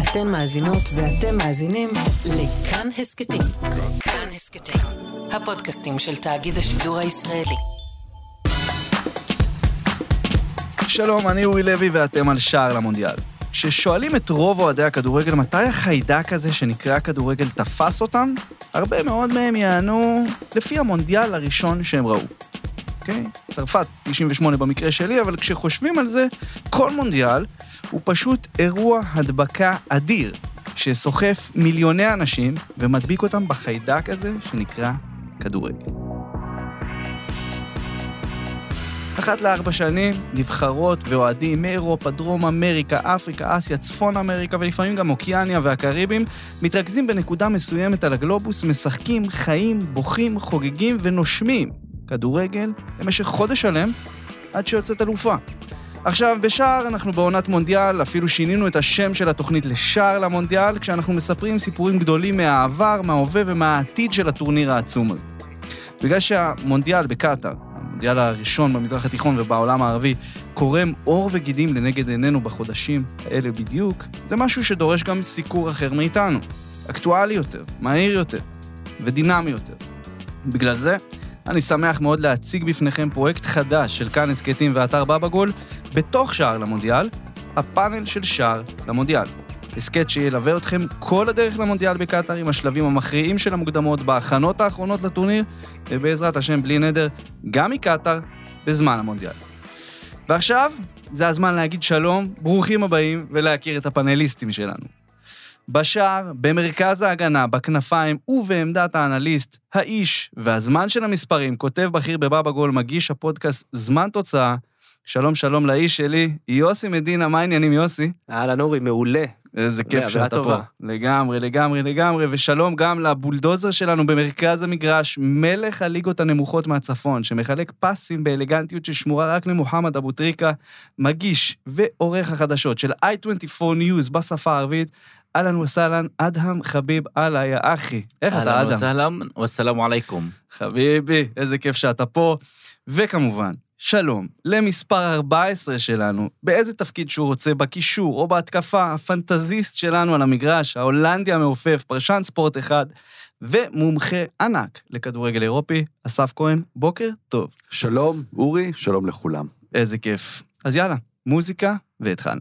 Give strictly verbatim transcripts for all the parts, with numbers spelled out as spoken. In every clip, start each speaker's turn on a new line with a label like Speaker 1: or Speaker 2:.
Speaker 1: אתן מאזינות ואתם מאזינים לכאן הסקטים. כאן הסקטים, הפודקאסטים של תאגיד השידור הישראלי.
Speaker 2: שלום, אני אורי לוי ואתם על שער למונדיאל. כששואלים את רוב אוהדי הכדורגל מתי החיידק הזה שנקרא כדורגל תפס אותם, הרבה מאוד מהם יענו לפי המונדיאל הראשון שהם ראו. אוקיי? צרפת תשעים ושמונה במקרה שלי, אבל כשחושבים על זה, כל מונדיאל הוא פשוט אירוע הדבקה אדיר, שסוחף מיליוני אנשים ומדביק אותם בחיידק הזה שנקרא כדורגל. אחת לארבע שנים, נבחרות ואוהדים מאירופה, דרום אמריקה, אפריקה, אסיה, צפון אמריקה ולפעמים גם אוקיאניה והקריבים, מתרכזים בנקודה מסוימת על הגלובוס, משחקים, חיים, בוכים, חוגגים ונושמים כדורגל למשך חודש שלם עד שיוצאת אלופה. עכשיו, בשער אנחנו בעונת מונדיאל, אפילו שינינו את השם של התוכנית לשער למונדיאל, כשאנחנו מספרים סיפורים גדולים מהעבר, מההווה ומהעתיד של הטורניר העצום הזה. בגלל שהמונדיאל בקטר, המונדיאל הראשון במזרח התיכון ובעולם הערבי, קורם אור וגידים לנגד עינינו בחודשים האלה בדיוק, זה משהו שדורש גם סיקור אחר מאיתנו. אקטואלי יותר, מהיר יותר ודינמי יותר. בגלל זה, אני שמח מאוד להציג בפניכם פרויקט חדש של כאן הסקטים ואתר בבגול, בתוך שער למונדיאל, הפאנל של שער למונדיאל. הסקט שילווה אתכם כל הדרך למונדיאל בקטר עם השלבים המכריעים של המוקדמות בהכנות האחרונות לטורניר, ובעזרת השם בלי נדר, גם מקטר בזמן המונדיאל. ועכשיו, זה הזמן להגיד שלום, ברוכים הבאים ולהכיר את הפאנליסטים שלנו. בשער, במרכז ההגנה, בכנפיים ובעמדת האנליסט, האיש והזמן של המספרים, כותב בכיר בבבגול, מגיש הפודקאסט זמן תוצאה. שלום שלום לאיש שלי, יוסי מדינה, מה העניינים יוסי?
Speaker 3: אהלן אורי, מעולה.
Speaker 2: איזה כיף שאתה פה. לגמרי, לגמרי, לגמרי, ושלום גם לבולדוזר שלנו במרכז המגרש, מלך הליגות הנמוכות מהצפון, שמחלק פסים באלגנטיות ששמורה רק למוחמד אבו טריקה, מגיש ועורך החדשות של איי עשרים וארבע News בשפה הערבית, אהלן וסהלן, אדהם חביב עלה, יא אחי. איך אתה, אדם?
Speaker 4: אהלן וסהלן, וסלאם עליכום.
Speaker 2: חביבי, איזה כיף שאתה פה. וכמובן, שלום למספר ארבע עשרה שלנו, באיזה תפקיד שהוא רוצה, בקישור או בהתקפה, הפנטזיסט שלנו על המגרש, ההולנדי המעופף, פרשן ספורט אחד, ומומחה ענק לכדורגל אירופי, אסף כהן, בוקר טוב.
Speaker 5: שלום, אורי, שלום לכולם.
Speaker 2: איזה כיף. אז יאללה, מוזיקה והתחלנו.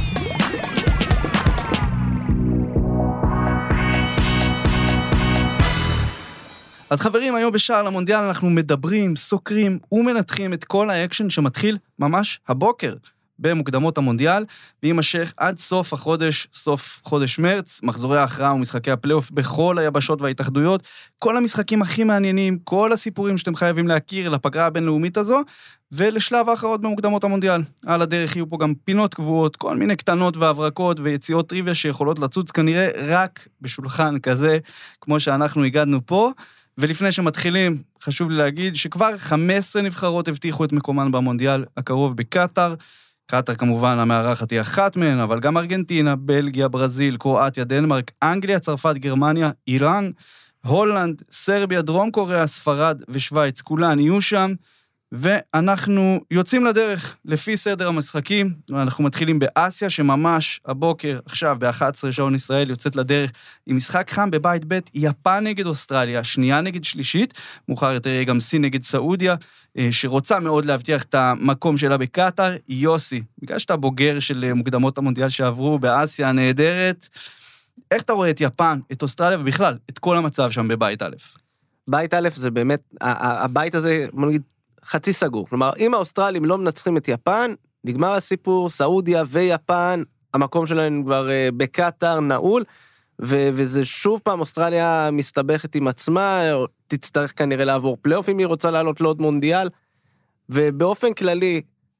Speaker 2: אז חברים, היום בשער למונדיאל אנחנו מדברים, סוקרים ומנתחים את כל האקשן שמתחיל ממש הבוקר במוקדמות המונדיאל, ויימשך עד סוף החודש, סוף חודש מרץ, מחזורי ההכרעה ומשחקי הפלייאוף בכל היבשות וההתאחדויות, כל המשחקים הכי מעניינים, כל הסיפורים שאתם חייבים להכיר לפגרה הבינלאומית הזו, ולשלב האחרות במוקדמות המונדיאל. על הדרך יהיו פה גם פינות קבועות, כל מיני קטנות והברקות ויציאות טריוויה שיכולות לצוץ כנראה רק בשולחן כזה, כמו שאנחנו הגדנו פה. ולפני שמתחילים, חשוב לי להגיד שכבר חמש עשרה נבחרות הבטיחו את מקומן במונדיאל הקרוב בקטר. קטר כמובן המארחת היא אחת מהן, אבל גם ארגנטינה, בלגיה, ברזיל, קרואטיה, דנמרק, אנגליה, צרפת, גרמניה, איראן, הולנד, סרביה, דרום קוריאה, ספרד ושוויץ, כולן יהיו שם. ואנחנו יוצאים לדרך לפי סדר המשחקים, אנחנו מתחילים באסיה, שממש הבוקר, עכשיו ב-אחת עשרה שעון ישראל, יוצאת לדרך עם משחק חם בבית ב', יפן נגד אוסטרליה, שנייה נגד שלישית, מאוחר יותר יהיה גם סין נגד סעודיה, שרוצה מאוד להבטיח את המקום שלה בקטר. יוסי, בגלל שאתה בוגר של מוקדמות המונדיאל שעברו באסיה הנהדרת, איך אתה רואה את יפן, את אוסטרליה ובכלל, את כל המצב שם בבית א'?
Speaker 3: בית א' זה באמת, הבית הזה, בוא נגיד, חצי סגור. כלומר, אם האוסטרלים לא מנצחים את יפן, נגמר הסיפור, סעודיה ויפן, המקום שלהם כבר uh, בקטר, נעול, ו- וזה שוב פעם, אוסטרליה מסתבכת עם עצמה, תצטרך כנראה לעבור פלייאוף, אם היא רוצה לעלות לעוד מונדיאל, ובאופן כללי,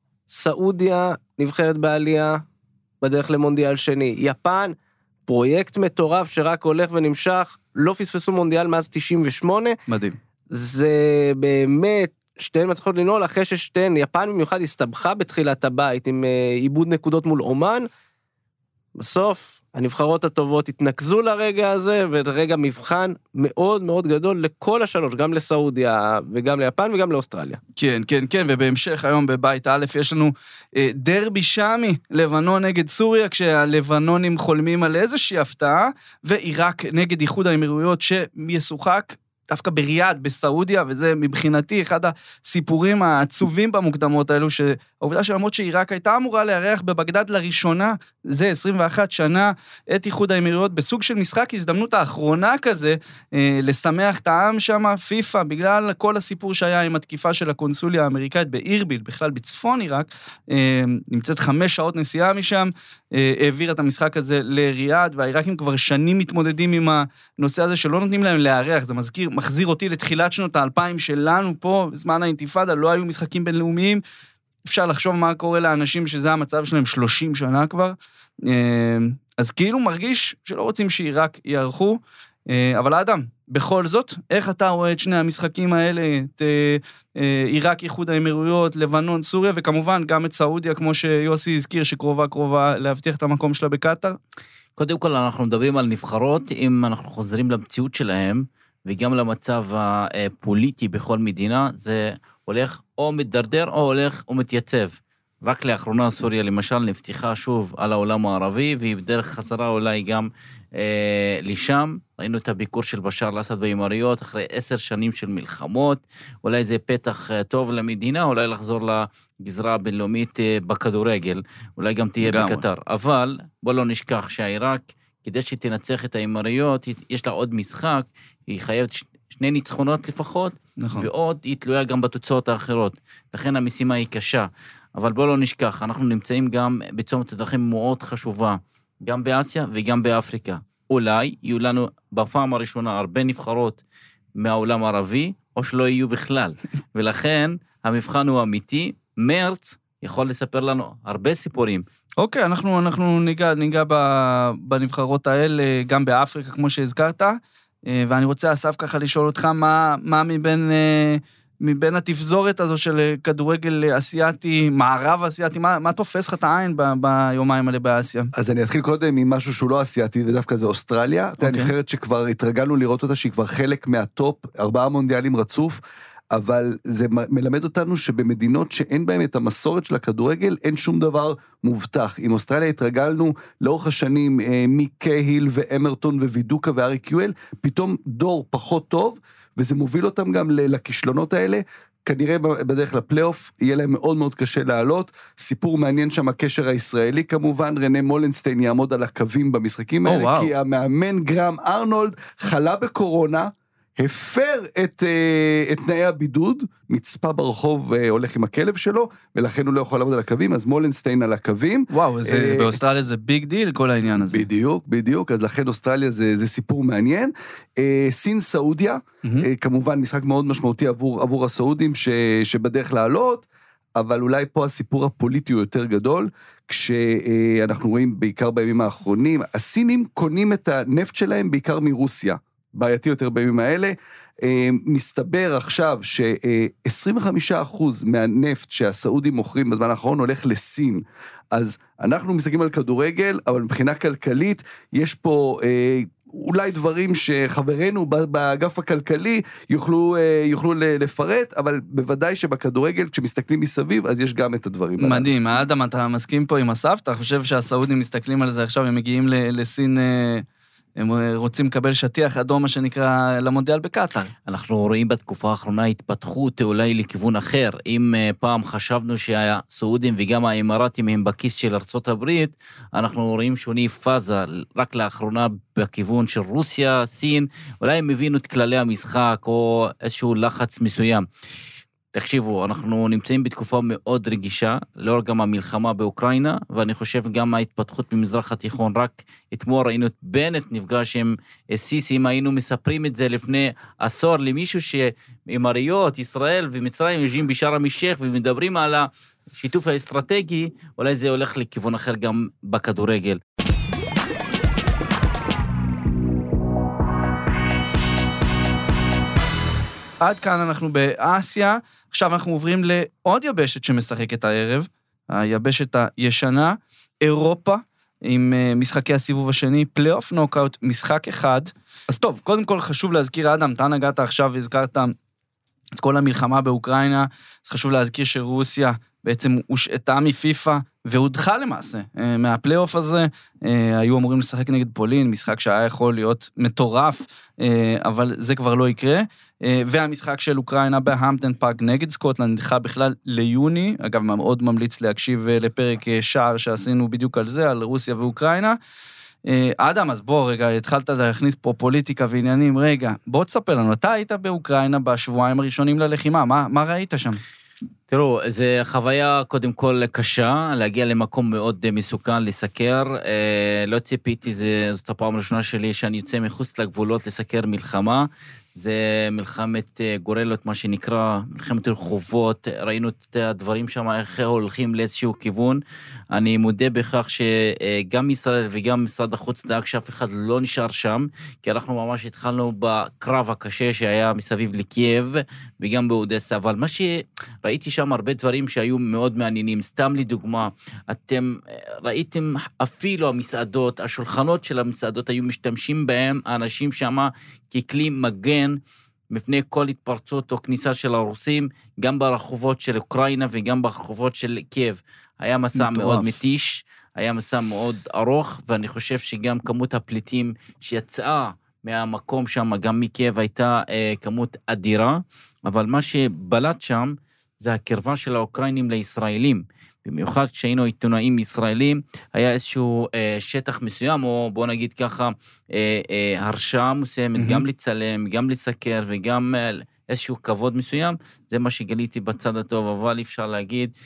Speaker 3: סעודיה נבחרת בעלייה, בדרך למונדיאל שני. יפן, פרויקט מטורף שרק הולך ונמשך, לא פספסו מונדיאל מאז תשעים ושמונה.
Speaker 2: מדהים.
Speaker 3: זה באמת, שתיהן מצליחות לנעול, אחרי ששתיהן, יפן במיוחד הסתבכה בתחילת הבית, עם איבוד נקודות מול אומן, בסוף, הנבחרות הטובות התנקזו לרגע הזה, ורגע מבחן מאוד מאוד גדול לכל השלוש, גם לסעודיה, וגם ליפן, וגם לאוסטרליה.
Speaker 2: כן, כן, כן, ובהמשך היום בבית א' יש לנו אה, דרבי שמי, לבנון נגד סוריה, כשהלבנונים חולמים על איזושהי הפתעה, ועיראק נגד איחוד האמירויות שישוחק, דווקא בריאד, בסעודיה, וזה מבחינתי אחד הסיפורים העצובים במוקדמות האלו, שהעובדה שלמרות שעיראק הייתה אמורה לארח בבגדד לראשונה, זה עשרים ואחת שנה, את איחוד האמירויות, בסוג של משחק הזדמנות האחרונה כזה, אה, לשמח את העם שם, פיפה, בגלל כל הסיפור שהיה עם התקיפה של הקונסוליה האמריקאית באירביל, בכלל בצפון עיראק, אה, נמצאת חמש שעות נסיעה משם, אה, העביר את המשחק הזה לריאד, והעיראקים כבר שנים מתמודדים עם הנושא הזה, שלא נותנים להם לארח, זה מזכיר, מחזיר אותי לתחילת שנות האלפיים שלנו פה, בזמן האינתיפאדה, לא היו משחקים בינלאומיים, אפשר לחשוב מה קורה לאנשים שזה המצב שלהם שלושים שנה כבר, אז כאילו מרגיש שלא רוצים שעיראק יערכו, אבל האדם, בכל זאת, איך אתה רואה את שני המשחקים האלה, את עיראק, איחוד האמירויות, לבנון, סוריה, וכמובן גם את סעודיה, כמו שיוסי הזכיר, שקרובה קרובה להבטיח את המקום שלה בקטר?
Speaker 4: קודם כל אנחנו מדברים על נבחרות, אם אנחנו חוזרים למציאות שלהם, וגם למצב הפוליטי בכל מדינה, זה הולך או מתדרדר או הולך או מתייצב. רק לאחרונה סוריה למשל נפתחה שוב על העולם הערבי, והיא בדרך חזרה אולי גם אה, לשם. ראינו את הביקור של בשאר אל-אסד באמירויות, אחרי עשר שנים של מלחמות, אולי זה פתח טוב למדינה, אולי לחזור לגזרה הבינלאומית אה, בכדורגל, אולי גם תהיה גם בקטר. אבל בוא לא נשכח שהעיראק, כדי שתנצח את האמירויות, יש לה עוד משחק, היא חייבת שני ניצחונות לפחות, נכון. ועוד היא תלויה גם בתוצאות האחרות. לכן המשימה היא קשה. אבל בוא לא נשכח, אנחנו נמצאים גם בצומת הדרכים מאוד חשובה, גם באסיה וגם באפריקה. אולי יהיו לנו בפעם הראשונה הרבה נבחרות מהעולם הערבי, או שלא יהיו בכלל. ולכן המבחן הוא אמיתי. מרץ יכול לספר לנו הרבה סיפורים.
Speaker 2: אוקיי, אנחנו, אנחנו ניגע, ניגע בנבחרות האלה, גם באפריקה, כמו שהזכרת, ואני רוצה, אסף, ככה לשאול אותך, מה, מה מבין, מבין התפזורת הזו של כדורגל אסיאטי, מערב אסיאטי, מה, מה תופס לך את העין ב, ביומיים האלה באסיה?
Speaker 5: אז אני אתחיל קודם עם משהו שהוא לא אסיאטי, ודווקא זה אוסטרליה, אתה okay. נבחרת שכבר התרגלנו לראות אותה, שהיא כבר חלק מהטופ, ארבעה מונדיאלים רצוף, אבל זה מלמד אותנו שבמדינות שאין בהם את המסורת של הכדורגל, אין שום דבר מובטח. עם אוסטרליה התרגלנו לאורך השנים מקהיל ואמרטון ווידוקה וארי קיואל, פתאום דור פחות טוב, וזה מוביל אותם גם לכישלונות האלה, כנראה בדרך לפלייאוף, יהיה להם מאוד מאוד קשה לעלות, סיפור מעניין שם הקשר הישראלי כמובן, רנה מולנסטיין יעמוד על הקווים במשחקים האלה, oh, wow. כי המאמן גרם ארנולד חלה בקורונה, הפר את, את תנאי הבידוד, מצפה ברחוב הולך עם הכלב שלו, ולכן הוא לא יכול לעמוד על הקווים, אז מולנסטיין על הקווים.
Speaker 2: וואו, זה, זה באוסטרליה זה ביג דיל, כל העניין הזה.
Speaker 5: בדיוק, בדיוק, אז לכן אוסטרליה זה, זה סיפור מעניין. סין סעודיה, mm-hmm. כמובן משחק מאוד משמעותי עבור, עבור הסעודים ש, שבדרך לעלות, אבל אולי פה הסיפור הפוליטי הוא יותר גדול, כשאנחנו רואים בעיקר בימים האחרונים, הסינים קונים את הנפט שלהם בעיקר מרוסיה, בעייתי יותר בימים האלה, מסתבר עכשיו ש-עשרים וחמישה אחוז מהנפט שהסעודים מוכרים בזמן האחרון הולך לסין, אז אנחנו מסתכלים על כדורגל, אבל מבחינה כלכלית יש פה אולי דברים שחברינו באגף הכלכלי יוכלו, יוכלו לפרט, אבל בוודאי שבכדורגל כשמסתכלים מסביב, אז יש גם את הדברים.
Speaker 2: מדהים, האדם, אתה מסכים פה עם הסף? אתה חושב שהסעודים מסתכלים על זה עכשיו, הם מגיעים לסין... הם רוצים לקבל שטיח אדום, מה שנקרא, למונדיאל בקטר.
Speaker 4: אנחנו רואים בתקופה האחרונה התפתחות אולי לכיוון אחר. אם פעם חשבנו שהסעודים וגם האמרתים הם בכיס של ארצות הברית, אנחנו רואים שוני פאזה רק לאחרונה בכיוון של רוסיה, סין, אולי הם הבינו את כללי המשחק או איזשהו לחץ מסוים. תקשיבו, אנחנו נמצאים בתקופה מאוד רגישה, לא רק גם המלחמה באוקראינה, ואני חושב גם ההתפתחות במזרח התיכון, רק אתמול ראינו את בנט נפגש עם סיסי, אם היינו מספרים את זה לפני עשור למישהו שאמריות, ישראל ומצרים יושבים בשארם א-שייח ומדברים על השיתוף האסטרטגי, אולי זה הולך לכיוון אחר גם בכדורגל.
Speaker 2: עד כאן אנחנו באסיה, עכשיו אנחנו עוברים לעוד יבשת שמשחקת הערב, היבשת הישנה, אירופה, עם משחקי הסיבוב השני, פלייאוף נוקאוט, משחק אחד. אז טוב, קודם כל חשוב להזכיר, אדם, אתה נגעת עכשיו והזכרת את כל המלחמה באוקראינה, אז חשוב להזכיר שרוסיה בעצם הושעתה מפיפה, והודחה למעשה מהפלייאוף הזה, היו אמורים לשחק נגד פולין, משחק שהיה יכול להיות מטורף, אבל זה כבר לא יקרה, והמשחק של אוקראינה בהמפטון פארק נגד סקוטלנד, נדחה בכלל ליוני, אגב מאוד ממליץ להקשיב לפרק שער שעשינו בדיוק על זה, על רוסיה ואוקראינה, אדם, אז בוא רגע, התחלת להכניס פה פוליטיקה ועניינים, רגע, בוא תספר לנו, אתה היית באוקראינה בשבועיים הראשונים ללחימה, מה, מה ראית שם?
Speaker 4: תראו, זו חוויה קודם כל קשה, להגיע למקום מאוד מסוכן, לסקר, לא ציפיתי, זאת הפעם הראשונה שלי שאני יוצא מחוץ לגבולות לסקר מלחמה, זה מלחמת גורלות, מה שנקרא, מלחמת רחובות, ראינו את הדברים שם, איך הולכים לאיזשהו כיוון, אני מודה בכך שגם ישראל וגם משרד החוץ דאג שאף אחד לא נשאר שם, כי אנחנו ממש התחלנו בקרב הקשה שהיה מסביב לקייב, וגם באודסה, אבל מה שראיתי שם הרבה דברים שהיו מאוד מעניינים, סתם לדוגמה, אתם ראיתם אפילו המסעדות, השולחנות של המסעדות היו משתמשים בהם, האנשים שם ככלי מגן, מפני כל התפרצות או כניסה של הרוסים, גם ברחובות של אוקראינה וגם ברחובות של קייב. היה מסע מטורף. מאוד מתיש, היה מסע מאוד ארוך, ואני חושב שגם כמות הפליטים שיצאה מהמקום שם, גם מקייב, הייתה אה, כמות אדירה, אבל מה שבלט שם, זה הקרבה של האוקראינים לישראלים, במיוחד כשהיינו עיתונאים ישראלים, היה איזשהו אה, שטח מסוים, או בוא נגיד ככה, אה, אה, הרשאה מסוימת, mm-hmm. גם לצלם, גם לסקר, וגם אה, איזשהו כבוד מסוים, זה מה שגליתי בצד הטוב, אבל אפשר להגיד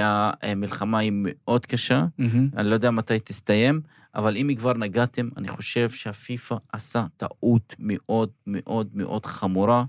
Speaker 4: שהמלחמה היא מאוד קשה, mm-hmm. אני לא יודע מתי תסתיים, אבל אם כבר נגעתם, אני חושב שהפיפה עשה טעות מאוד מאוד מאוד חמורה,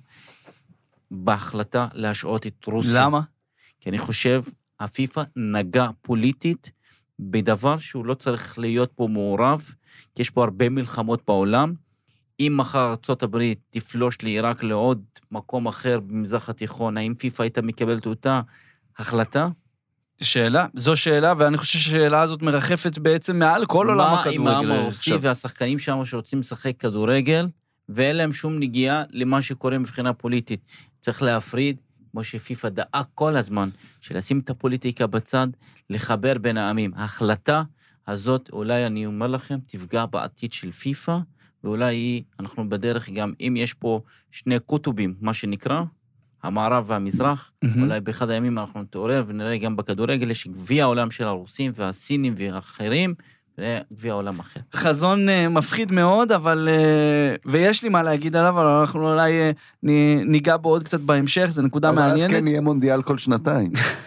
Speaker 4: בהחלטה להשעות את רוסיה.
Speaker 2: למה?
Speaker 4: כי אני חושב, הפיפה נגע פוליטית בדבר שהוא לא צריך להיות פה מעורב, כי יש פה הרבה מלחמות בעולם. אם מחר ארצות הברית תפלוש לעיראק לעוד מקום אחר במזרח התיכון, האם פיפה הייתה מקבלת אותה החלטה?
Speaker 2: שאלה, זו שאלה, ואני חושב שהשאלה הזאת מרחפת בעצם מעל כל עולם הכדורגל.
Speaker 4: מה עם העם הרוסי והשחקנים שם שרוצים לשחק כדורגל, ואין להם שום נגיעה למה שקורה מבחינה פוליטית. צריך להפריד, כמו שפיפה דאג כל הזמן, שלשים את הפוליטיקה בצד, לחבר בין העמים. ההחלטה הזאת, אולי אני אומר לכם, תפגע בעתיד של פיפה, ואולי היא, אנחנו בדרך גם, אם יש פה שני קוטובים, מה שנקרא, המערב והמזרח, mm-hmm. אולי באחד הימים אנחנו נתעורר, ונראה גם בכדורגל, יש גביע העולם של הרוסים והסינים והאחרים, גביע העולם אחר.
Speaker 2: חזון מפחיד מאוד, אבל, ויש לי מה להגיד עליו, אבל אנחנו אולי ניגע בו עוד קצת בהמשך, זו נקודה מעניינת.
Speaker 5: אבל אז כן יהיה מונדיאל כל שנתיים.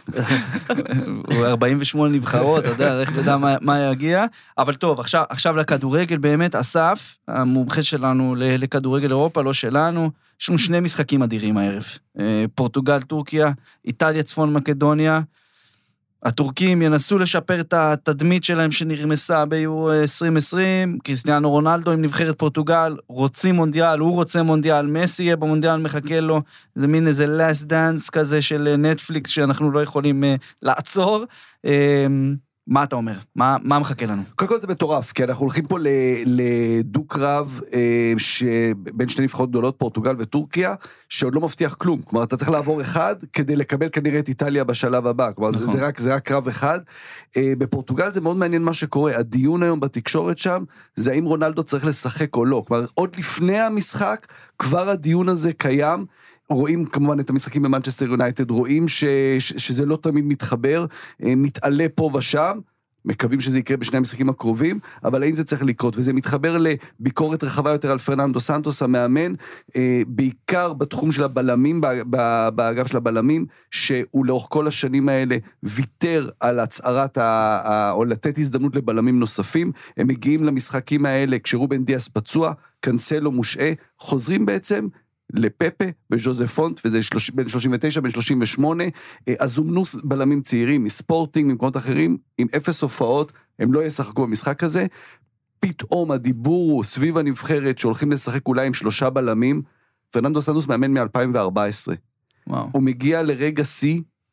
Speaker 2: הוא ארבעים ושמונה נבחרות, אתה יודע, איך תדע מה, מה יגיע. אבל טוב, עכשיו, עכשיו לכדורגל באמת, אסף, המומחה שלנו לכדורגל אירופה, לא שלנו, יש לנו שני משחקים אדירים הערב. פורטוגל, טורקיה, איטליה, צפון מקדוניה, הטורקים ינסו לשפר את התדמית שלהם שנרמסה ביורו עשרים עשרים, קריסטיאנו רונלדו עם נבחרת פורטוגל, רוצים מונדיאל, הוא רוצה מונדיאל, מסי יהיה במונדיאל, מחכה לו, זה מין איזה last dance כזה של נטפליקס שאנחנו לא יכולים uh, לעצור. Uh, מה אתה אומר? מה, מה מחכה לנו?
Speaker 5: קודם כל זה מטורף, כי אנחנו הולכים פה לדוק רב בין שני נבחרות גדולות, פורטוגל וטורקיה, שעוד לא מבטיח כלום. כלומר, אתה צריך לעבור אחד כדי לקבל כנראה את איטליה בשלב הבא. כלומר, נכון. זה, רק, זה רק קרב אחד. בפורטוגל זה מאוד מעניין מה שקורה. הדיון היום בתקשורת שם, זה האם רונלדו צריך לשחק או לא. כלומר, עוד לפני המשחק, כבר הדיון הזה קיים. רואים כמובן את המשחקים במנצ'סטר יונייטד, רואים ש, ש, שזה לא תמיד מתחבר, מתעלה פה ושם, מקווים שזה יקרה בשני המשחקים הקרובים, אבל האם זה צריך לקרות, וזה מתחבר לביקורת רחבה יותר על פרננדו סנטוס המאמן, בעיקר בתחום של הבלמים, באגף של הבלמים, שהוא לאורך כל השנים האלה ויתר על הצערת, או לתת הזדמנות לבלמים נוספים, הם מגיעים למשחקים האלה, כשרובן דיאס פצוע, קנסלו מושעה, חוזרים בעצם, לפפה וז'וזף פונט, וזה בין שלושים ותשע, בין שלושים ושמונה, אז זומנו בלמים צעירים, מספורטינג, ממקומות אחרים, עם אפס הופעות, הם לא ישחקו במשחק הזה, פתאום הדיבור הוא סביב הנבחרת, שהולכים לשחק אולי עם שלושה בלמים, פרננדו סנטוס מאמן מ-אלפיים וארבע עשרה, וואו. הוא מגיע לרגע C,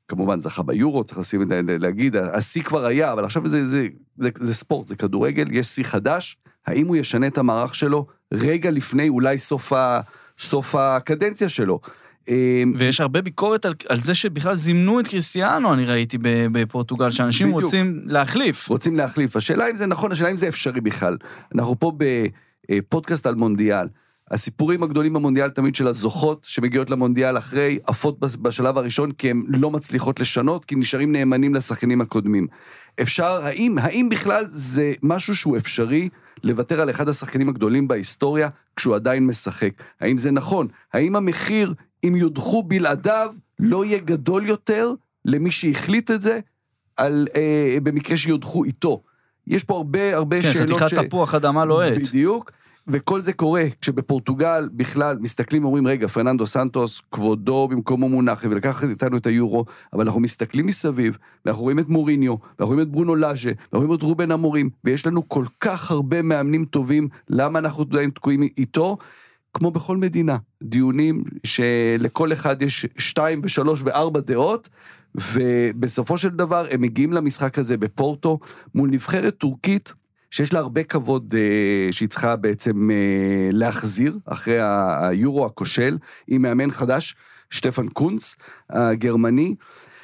Speaker 5: כמובן זכה ביורו, צריך לשים, להגיד, השיא כבר היה, אבל עכשיו זה, זה, זה, זה ספורט, זה כדורגל, יש שיא חדש, האם הוא ישנה את המערך שלו רגע לפני, אולי סוף, ה, סוף הקדנציה שלו.
Speaker 2: ויש הרבה ביקורת על, על זה שבכלל זימנו את קריסטיאנו, אני ראיתי בפורטוגל, שאנשים בדיוק. רוצים להחליף.
Speaker 5: רוצים להחליף. השאלה אם זה נכון, השאלה אם זה אפשרי בכלל. אנחנו פה בפודקאסט על מונדיאל. הסיפורים הגדולים במונדיאל תמיד של הזוכות שמגיעות למונדיאל אחרי עפות בשלב הראשון, כי הן לא מצליחות לשנות, כי נשארים נאמנים לשחקנים הקודמים. אפשר, האם, האם בכלל זה משהו שהוא אפשרי לוותר על אחד השחקנים הגדולים בהיסטוריה, כשהוא עדיין משחק? האם זה נכון? האם המחיר, אם יודחו בלעדיו, לא יהיה גדול יותר למי שהחליט את זה, על, אה, במקרה שיודחו איתו? יש פה הרבה, הרבה
Speaker 2: כן,
Speaker 5: שאלות
Speaker 2: חתיכת תפוח אדמה לוהט.
Speaker 5: בדיוק. וכל זה קורה, כשבפורטוגל בכלל מסתכלים ואומרים, רגע, פרננדו סנטוס, כבודו במקומו מונח, ולקח איתנו את היורו, אבל אנחנו מסתכלים מסביב, ואנחנו רואים את מוריניו, ואנחנו רואים את ברונו לאז'ה, ואנחנו רואים את רובן אמורים, ויש לנו כל כך הרבה מאמנים טובים, למה אנחנו עדיין תקועים איתו? כמו בכל מדינה, דיונים שלכל אחד יש שתיים ושלוש וארבע דעות, ובסופו של דבר הם מגיעים למשחק הזה בפורטו, מול נבחרת טורקית, שיש לה הרבה כבוד אה, שהיא צריכה בעצם אה, להחזיר, אחרי היורו הכושל, עם מאמן חדש, שטפן קונץ, הגרמני,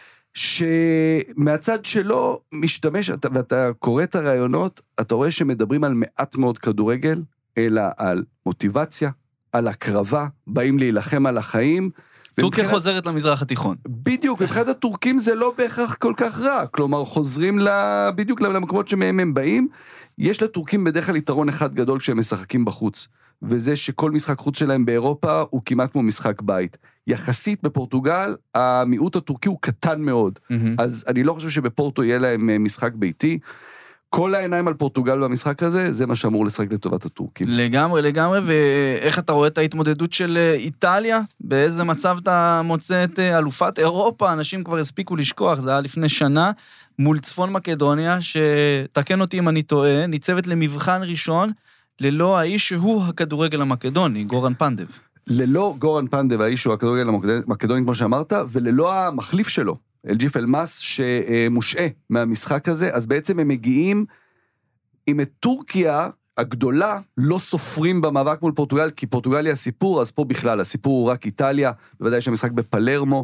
Speaker 5: שמהצד שלו משתמש, ואתה קורא את הרעיונות, אתה רואה שמדברים על מעט מאוד כדורגל, אלא על מוטיבציה, על הקרבה, באים להילחם על החיים.
Speaker 2: טורקיה ומבחינת... חוזרת למזרח התיכון.
Speaker 5: בדיוק, מבחינת הטורקים זה לא בהכרח כל כך רע, כלומר חוזרים לה, בדיוק למקומות שמהם הם באים. יש לטורקים בדרך כלל יתרון אחד גדול כשהם משחקים בחוץ, וזה שכל משחק חוץ שלהם באירופה הוא כמעט כמו משחק בית. יחסית בפורטוגל, המיעוט הטורקי הוא קטן מאוד, mm-hmm. אז אני לא חושב שבפורטו יהיה להם משחק ביתי, כל העיניים על פורטוגל במשחק הזה, זה מה שאמור לשחק לטובת הטורקים.
Speaker 2: לגמרי, לגמרי, ואיך אתה רואה את ההתמודדות של איטליה? באיזה מצב אתה מוצא את אלופת אירופה? אנשים כבר הספיקו לשכוח, זה היה לפני שנה, מול צפון מקדוניה, שתקן אותי אם אני טועה, ניצבת למבחן ראשון, ללא האיש שהוא הכדורגל המקדוני, גורן פנדב.
Speaker 5: ללא גורן פנדב, האיש הוא הכדורגל המקדוני, כמו שאמרת, וללא המחליף שלו. אלג'יף אלמאס שמושעה מהמשחק הזה, אז בעצם הם מגיעים עם את טורקיה הגדולה, לא סופרים במאבק מול פורטוגל, כי פורטוגל היא הסיפור, אז פה בכלל, הסיפור הוא רק איטליה, בוודאי שהמשחק בפלרמו,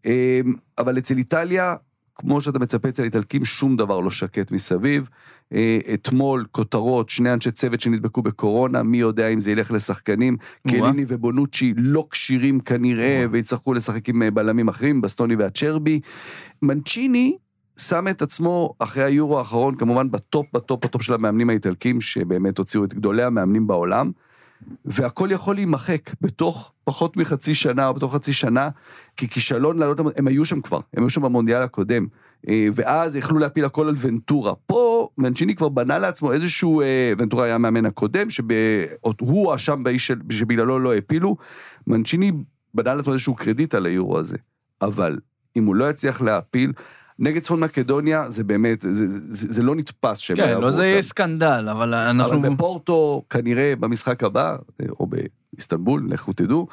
Speaker 5: אבל אצל איטליה, כמו שאתה מצפה אצל איטלקים, שום דבר לא שקט מסביב. אתמול, כותרות, שני אנשי צוות שנדבקו בקורונה, מי יודע אם זה ילך לשחקנים, קליני ובונוצ'י לא קשירים כנראה, ויצטרכו לשחק עם בלמים אחרים, בסטוני והצ'רבי. מנצ'יני שם את עצמו אחרי היורו האחרון, כמובן בטופ, בטופ, בטופ של המאמנים האיטלקים, שבאמת הוציאו את גדולי המאמנים בעולם, והכל יכול להימחק בתוך פחות מחצי שנה, או בתוך חצי שנה, כי כישלון לעלות, הם היו שם כבר, הם היו שם במונדיאל הקודם, ואז יכלו להפיל הכל על ונטורה. פה מנצ'יני כבר בנה לעצמו איזשהו, ונטורה היה המאמן הקודם, שהוא שם באיש שבגללו לא הפילו, מנצ'יני בנה לעצמו איזשהו קרדיט על היורו הזה, אבל אם הוא לא יצליח להפיל, נגד צפון מקדוניה, זה באמת, זה, זה, זה לא נתפס.
Speaker 2: כן, לא זה יהיה סקנדל, אבל אנחנו...
Speaker 5: אבל בפורטו, כנראה במשחק הבא, או באיסטנבול, לכו תדעו.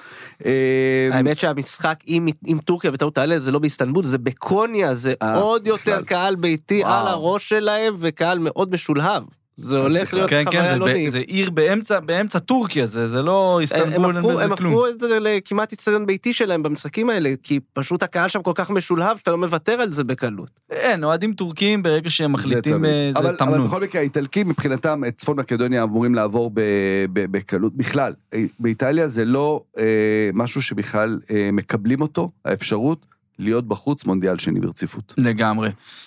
Speaker 3: האמת שהמשחק עם, עם טורקיה בטעות תעלה, זה לא באיסטנבול, זה בקוניה, זה עוד יותר קהל ביתי על הראש שלהם, וקהל מאוד משולהב. זה הולך להיות חוויה לא נעים.
Speaker 2: זה עיר באמצע טורקיה, זה לא איסטנבול.
Speaker 3: הם הפכו את זה לכמעט אצטדיון ביתי שלהם במשחקים האלה, כי פשוט הקהל שם כל כך משולהב, שאתה לא מוותר על זה בקלות.
Speaker 2: אין, אוהדים טורקים ברגע שהם מחליטים, זה תמנות.
Speaker 5: אבל בכל מקרה, האיטלקים מבחינתם, את צפון מקדוניה אמורים לעבור בקלות. בכלל, באיטליה זה לא משהו שבכלל מקבלים אותו, האפשרות להיות בחוץ מונדיאל שני ברציפות.
Speaker 2: לגמרי.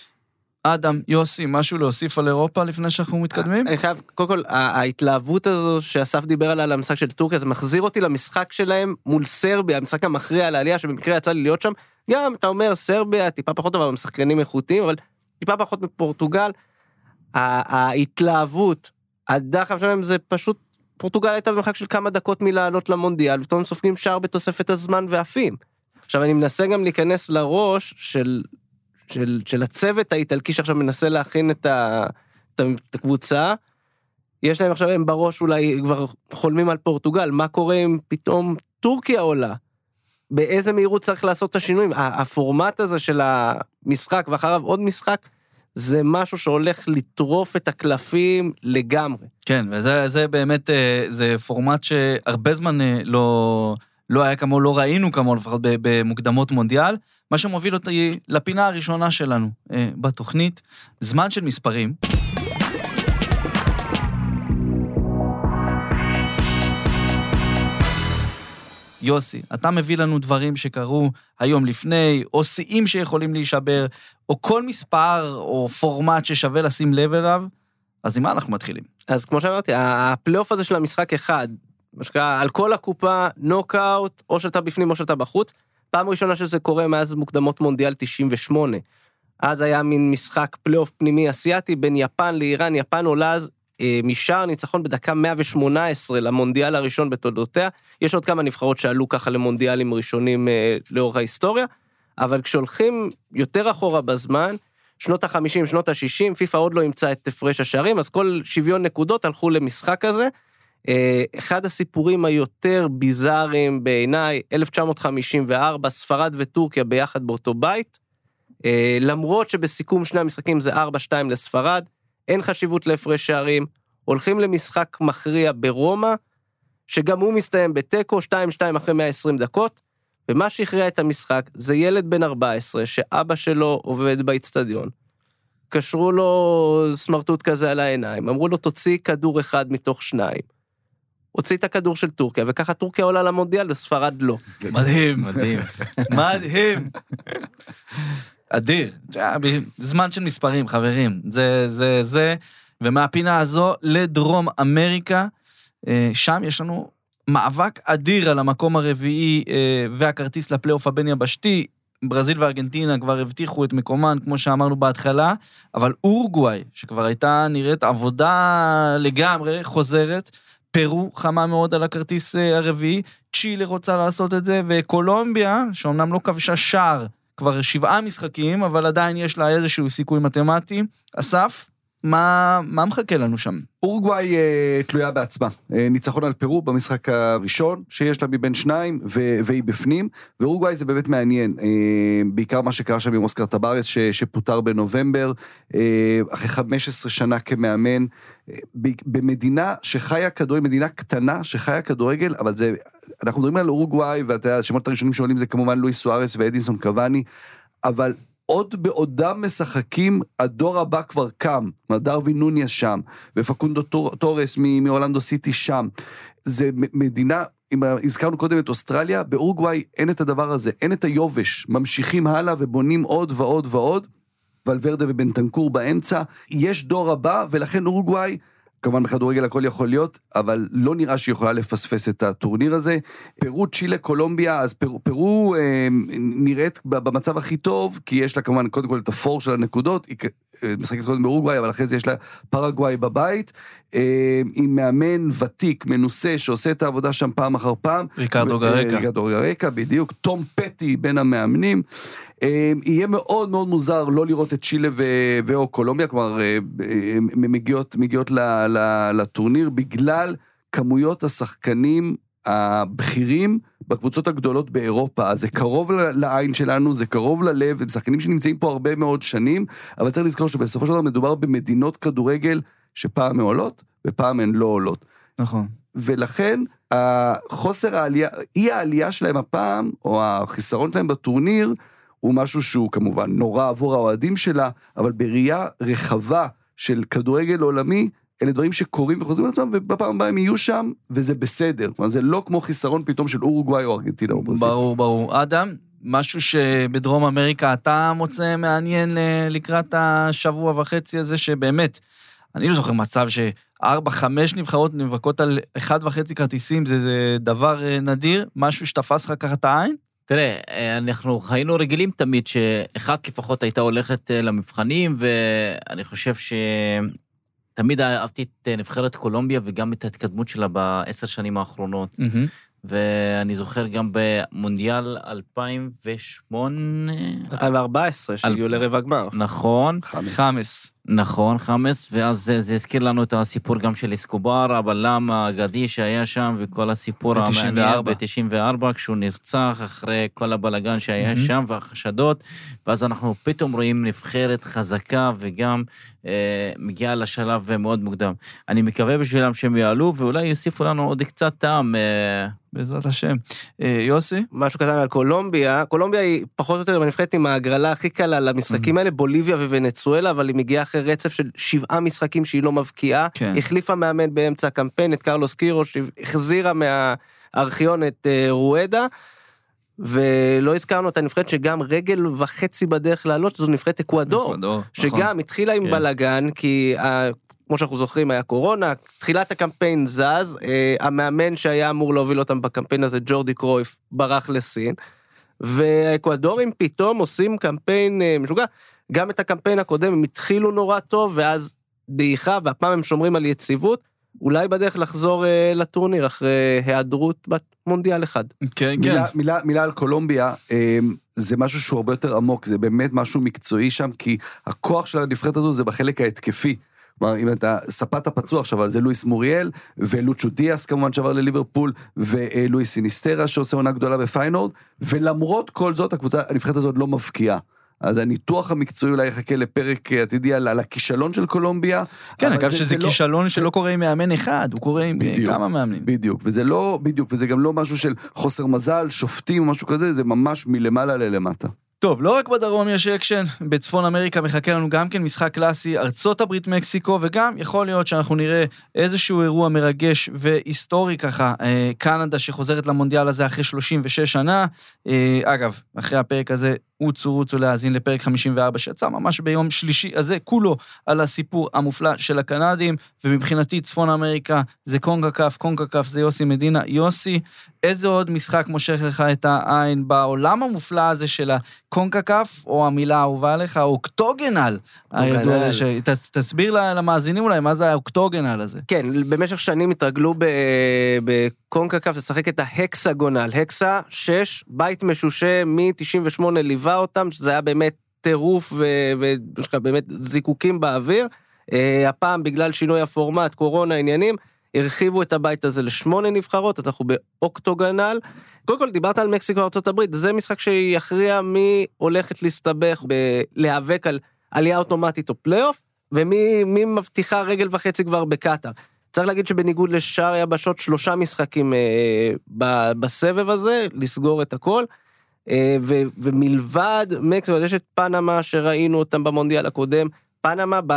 Speaker 2: אדם, יוסי, משהו להוסיף על אירופה לפני שאנחנו מתקדמים?
Speaker 3: אני חייב, קודם כל, ההתלהבות הזו שאסף דיבר עליה למשחק של טורקיה, זה מחזיר אותי למשחק שלהם מול סרביה, המשחק המכריע על העלייה, שבמקרה יצא לי להיות שם, גם, אתה אומר, סרביה, טיפה פחות, אבל משחקנים איכותיים, אבל טיפה פחות מפורטוגל, ההתלהבות, הדחף שלהם זה פשוט, פורטוגל הייתה במרחק של כמה דקות מלעלות למונדיאל, ופתאום סופגים שער בתוספת הזמן ועפים. עכשיו, אני מנסה גם להיכנס לראש של של, של הצוות האיטלקי שעכשיו מנסה להכין את, ה, את הקבוצה, יש להם עכשיו הם בראש אולי כבר חולמים על פורטוגל, מה קורה אם פתאום טורקיה עולה? באיזה מהירות צריך לעשות את השינויים. הפורמט הזה של המשחק, ואחריו עוד משחק, זה משהו שהולך לטרוף את הקלפים לגמרי.
Speaker 2: כן, וזה זה באמת, זה פורמט שהרבה זמן לא, לא היה כמו, לא ראינו כמו, לפחות במוקדמות מונדיאל, מה שמוביל אותי לפינה הראשונה שלנו בתוכנית, זמן של מספרים. יוסי, אתה מביא לנו דברים שקרו היום לפני, או שיאים שיכולים להישבר, או כל מספר או פורמט ששווה לשים לב אליו, אז עם מה אנחנו מתחילים?
Speaker 3: אז כמו שאמרתי, הפלייאוף הזה של המשחק אחד, משקע, על כל הקופה, נוקאוט, או שאתה בפנים או שאתה בחוץ, פעם ראשונה שזה קורה מאז מוקדמות מונדיאל תשעים ושמונה. אז היה מין משחק פלייאוף פנימי אסיאטי, בין יפן לאיראן, יפן עולה אז, משער ניצחון בדקה מאה ושמונה עשרה למונדיאל הראשון בתולדותיה, יש עוד כמה נבחרות שעלו ככה למונדיאלים ראשונים לאורך ההיסטוריה, אבל כשהולכים יותר אחורה בזמן, שנות ה-חמישים, שנות ה-שישים, פיפה עוד לא ימצא את תפרש השערים, אז כל שוויון נקודות הלכו למשחק הזה, אחד הסיפורים היותר ביזאריים בעיניי, אלף תשע מאות חמישים וארבע, ספרד וטורקיה ביחד באותו בית, למרות שבסיכום שני המשחקים זה ארבע שתיים לספרד, אין חשיבות להפרש שערים, הולכים למשחק מכריע ברומא, שגם הוא מסתיים בטקו, שתיים שתיים אחרי מאה ועשרים דקות, ומה שהכריע את המשחק, זה ילד בן ארבע עשרה, שאבא שלו עובד באצטדיון, קשרו לו סמרטוט כזה על העיניים, אמרו לו תוציא כדור אחד מתוך שניים, הוציא את הכדור של טורקיה, וככה טורקיה עולה למונדיאל, וספרד לא.
Speaker 2: מדהים, מדהים, מדהים. אדיר, זמן של מספרים, חברים, זה, זה, זה, ומהפינה הזו לדרום אמריקה, שם יש לנו מאבק אדיר על המקום הרביעי, והכרטיס לפלייאוף הבין יבשתי, ברזיל וארגנטינה כבר הבטיחו את מקומן, כמו שאמרנו בהתחלה, אבל אורוגוואי, שכבר הייתה נראית עבודה לגמרי, חוזרת, פרו חמה מאוד על הכרטיס הרביעי, צ'ילה רוצה לעשות את זה, וקולומביה, שאומנם לא כבשה שער, כבר שבעה משחקים, אבל עדיין יש לה איזשהו סיכוי מתמטי. אסף, מה, מה מחכה לנו שם?
Speaker 5: אורוגוואי אה, תלויה בעצמה. אה, ניצחון על פרו במשחק הראשון, שיש לה מבין שניים, ו- והיא בפנים, ואורוגוואי זה באמת מעניין. אה, בעיקר מה שקרה שם עם אוסקר טברס, ש- שפוטר בנובמבר, אה, אחרי חמש עשרה שנה כמאמן, אה, במדינה שחיה כדורגל, מדינה קטנה שחיה כדורגל, אבל זה, אנחנו מדברים על אורוגוואי, ואתה יודע, השמות הראשונים שעולים זה כמובן לואיס סוארס ואדינסון קוואני, אבל עוד בעודם משחקים, הדור הבא כבר קם, דרווין נוניס שם, ופקונדו טורס מאורלנדו סיטי שם. זה מדינה, אם הזכרנו קודם את אוסטרליה, באורוגוואי אין את הדבר הזה, אין את היובש, ממשיכים הלאה ובונים עוד ועוד ועוד, ולוורדה ובנטנקור באמצע, יש דור הבא, ולכן אורוגוואי, כמובן בכדורגל הכל יכול להיות, אבל לא נראה שהיא יכולה לפספס את הטורניר הזה. פרו, צ'ילה, קולומביה, אז פרו, פרו אה, נראית במצב הכי טוב, כי יש לה כמובן קודם כל את הפור של הנקודות, היא משחקת קודם באורוגוואי, אבל אחרי זה יש לה פרגוואי בבית, אה, עם מאמן ותיק, מנוסה, שעושה את העבודה שם פעם אחר פעם.
Speaker 2: ריקרדו גרקה.
Speaker 5: ריקרדו גרקה, בדיוק. תום פטי בין המאמנים. יהיה מאוד מאוד מוזר לא לראות את צ'ילה ואו קולומביה, כלומר, מגיעות, מגיעות לטורניר, בגלל כמויות השחקנים הבכירים בקבוצות הגדולות באירופה. אז זה קרוב לעין שלנו, זה קרוב ללב, הם שחקנים שנמצאים פה הרבה מאוד שנים, אבל צריך לזכור שבסופו של דבר מדובר במדינות כדורגל שפעם הן עולות, ופעם הן לא עולות.
Speaker 2: נכון.
Speaker 5: ולכן, החוסר העלייה, אי העלייה שלהם הפעם, או החיסרון שלהם בטורניר, הוא משהו שהוא כמובן נורא עבור האוהדים שלה, אבל בראייה רחבה של כדורגל עולמי, אלה דברים שקורים וחוזרים על עצמם, ובפעם הבאה הם יהיו שם, וזה בסדר. כלומר, זה לא כמו חיסרון פתאום של אורוגוואי או ארגנטינה או ברזיל.
Speaker 2: ברור, ברור. אדם, משהו שבדרום אמריקה אתה מוצא מעניין לקראת השבוע וחצי הזה, שבאמת, אני לא זוכר מצב שארבע, חמש נבחרות נבקות על אחד וחצי כרטיסים, זה, זה דבר נדיר, משהו שתפס לך ככה את העין?
Speaker 4: תראה, אנחנו היינו רגילים תמיד שאחת לפחות הייתה הולכת למבחנים, ואני חושב שתמיד אהבתי את נבחרת קולומביה, וגם את ההתקדמות שלה בעשר שנים האחרונות. ואני זוכר גם במונדיאל אלפיים ושמונה...
Speaker 3: אלפיים וארבע עשרה, שהגיעו לרבע גמר.
Speaker 4: נכון.
Speaker 2: חמש.
Speaker 4: נכון, חמש, ואז זה, זה הזכיר לנו את הסיפור גם של אסקובר, הבלם האגדי שהיה שם, וכל הסיפור המעניין ב-תשעים וארבע, כשהוא נרצח אחרי כל הבלגן שהיה mm-hmm. שם, והחשדות, ואז אנחנו פתאום רואים נבחרת חזקה, וגם אה, מגיעה לשלב מאוד מוקדם. אני מקווה בשבילם שהם יעלו, ואולי יוסיפו לנו עוד קצת טעם... אה,
Speaker 2: בעזרת השם. יוסי?
Speaker 3: משהו קטן על קולומביה. קולומביה היא פחות או יותר בנבחרת עם ההגרלה הכי קלה למשחקים האלה, בוליביה וונצואלה, אבל היא מגיעה אחרי רצף של שבעה משחקים שהיא לא מבקיעה. החליפה מאמן באמצע הקמפיין את קרלוס קירוש, החזירה מהארכיון את רואדה, ולא הזכרנו את הנבחרת שגם רגל וחצי בדרך לעלות, שזו נבחרת אקוודור, שגם התחילה עם בלגן, כי... כמו שאנחנו זוכרים, היה קורונה, תחילת הקמפיין זז, אה, המאמן שהיה אמור להוביל אותם בקמפיין הזה, ג'ורדי קרויף, ברח לסין, והאקוודורים פתאום עושים קמפיין אה, משוגע, גם את הקמפיין הקודם הם התחילו נורא טוב, ואז דעיכה, והפעם הם שומרים על יציבות, אולי בדרך לחזור אה, לטורניר, אחרי היעדרות במונדיאל אחד.
Speaker 2: כן,
Speaker 5: מילה,
Speaker 2: כן.
Speaker 5: מילה, מילה על קולומביה, אה, זה משהו שהוא הרבה יותר עמוק, זה באמת משהו מקצועי שם, כי הכוח של הנבחרת הזו זה בחלק ההתקפי, כלומר, אם אתה ספת הפצוע עכשיו, אבל זה לואיס מוריאל, ולוצ'ו דיאס כמובן שעבר לליברפול, ולואיס סיניסטרה שעושה עונה גדולה בפיינורד, ולמרות כל זאת, הקבוצה, הנבחרת הזאת לא מבקיעה. אז הניתוח המקצועי אולי יחכה לפרק עתידי על, על הכישלון של קולומביה.
Speaker 2: כן, אגב שזה זה כישלון לא, שלא זה... קורה עם מאמן אחד, הוא קורה עם בדיוק, כמה מאמנים.
Speaker 5: בדיוק, וזה לא, בדיוק, וזה גם לא משהו של חוסר מזל, שופטים או משהו כזה, זה ממש מלמעלה ללמטה.
Speaker 2: טוב, לא רק בדרום יש אקשן, בצפון אמריקה מחכה לנו גם כן משחק קלאסי, ארצות הברית מקסיקו, וגם יכול להיות שאנחנו נראה איזשהו אירוע מרגש והיסטורי ככה, קנדה שחוזרת למונדיאל הזה אחרי שלושים ושש שנה, אגב, אחרי הפרק הזה, רוצו רוצו להאזין לפרק חמישים וארבע שיצא ממש ביום שלישי הזה, כולו על הסיפור המופלא של הקנדים, ומבחינתי צפון אמריקה זה קונקקף, קונקקף זה יוסי מדינה. יוסי, איזה עוד משחק מושך לך את העין בעולם המופלא הזה של הקונקקף, או המילה האהובה לך, האוקטוגנל, הידוע, תסביר למאזינים אולי מה זה האוקטוגנל הזה.
Speaker 3: כן, במשך שנים התרגלו בקונקקקף לשחק את ההקסגונל, הקסה שש, בית משושה מ-תשעים ושמונה ליווה אותם, שזה היה באמת טירוף ובאמת זיקוקים באוויר. הפעם בגלל שינוי הפורמט, קורונה, עניינים, הרחיבו את הבית הזה לשמונה נבחרות, אז אנחנו באוקטוגנל. קודם כל, דיברת על מקסיקו וארצות הברית, זה משחק שיכריע מי הולכת להסתבך בלהיאבק על עלייה אוטומטית או פלייאוף, ומי מי מבטיחה רגל וחצי כבר בקטר. צריך להגיד שבניגוד לשאר יבשות, שלושה משחקים אה, ב, בסבב הזה, לסגור את הכל, אה, ו, ומלבד מקסיקו, יש את פנמה שראינו אותם במונדיאל הקודם, פנמה ב,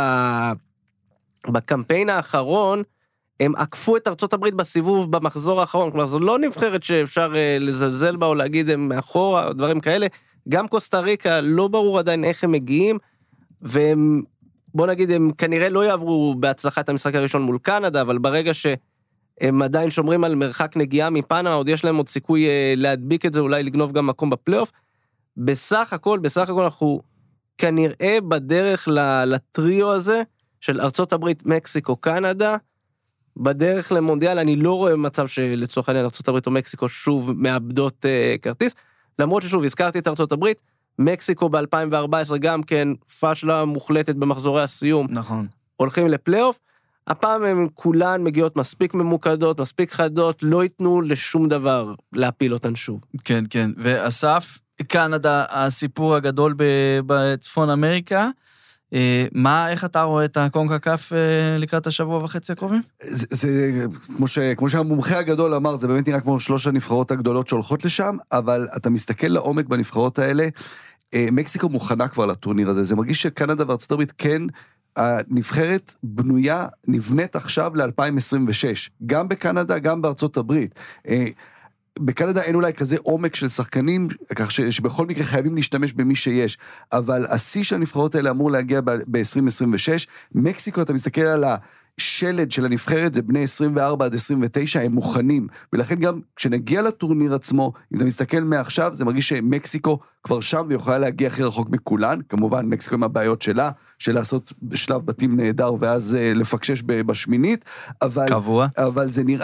Speaker 3: בקמפיין האחרון, הם עקפו את ארצות הברית בסיבוב במחזור האחרון, כלומר זו לא נבחרת שאפשר אה, לזלזל בה או להגיד הם מאחורה או דברים כאלה, גם קוסטה ריקה לא ברור עדיין איך הם מגיעים, והם, בוא נגיד, הם כנראה לא יעברו בהצלחת המשחק הראשון מול קנדה, אבל ברגע שהם עדיין שומרים על מרחק נגיעה מפנמה, עוד יש להם עוד סיכוי אה, להדביק את זה, אולי לגנוב גם מקום בפלייאוף, בסך הכל, בסך הכל אנחנו כנראה בדרך לטריו הזה, של ארצות הברית, מקסיקו, קנדה, בדרך למונדיאל, אני לא רואה מצב שלצורך העניין ארצות הברית או מקסיקו שוב מאבדות uh, כרטיס, למרות ששוב, הזכרתי את ארצות הברית, מקסיקו ב-אלפיים וארבע עשרה גם כן פשלה מוחלטת במחזורי הסיום,
Speaker 2: נכון.
Speaker 3: הולכים לפלייאוף, הפעם הם כולן מגיעות מספיק ממוקדות, מספיק חדות, לא ייתנו לשום דבר להפיל אותן שוב.
Speaker 2: כן, כן, ואסף, קנדה, הסיפור הגדול בצפון אמריקה, מה, איך אתה רואה את הקונקקף לקראת השבוע וחצי הקרובים?
Speaker 5: זה, זה כמו, ש, כמו שהמומחה הגדול אמר, זה באמת נראה כמו שלוש הנבחרות הגדולות שהולכות לשם, אבל אתה מסתכל לעומק בנבחרות האלה, מקסיקו מוכנה כבר לטורניר הזה, זה מרגיש שקנדה וארצות הברית כן, הנבחרת בנויה, נבנית עכשיו ל-אלפיים עשרים ושש, גם בקנדה, גם בארצות הברית. בקנדה אין אולי כזה עומק של שחקנים, כך ש, שבכל מקרה חייבים להשתמש במי שיש, אבל השיא של הנבחרות האלה אמור להגיע ב-עשרים עשרים ושש, מקסיקו, אתה מסתכל על השלד של הנבחרת, זה בני עשרים וארבע עד עשרים ותשע, הם מוכנים, ולכן גם כשנגיע לטורניר עצמו, אם אתה מסתכל מעכשיו, זה מרגיש שמקסיקו כבר שם, ויכולה להגיע הכי רחוק מכולן, כמובן מקסיקו עם הבעיות שלה, של לעשות שלב בתים נהדר, ואז לפקשש בשמינית, אבל,
Speaker 2: קבוע.
Speaker 5: אבל זה נראה,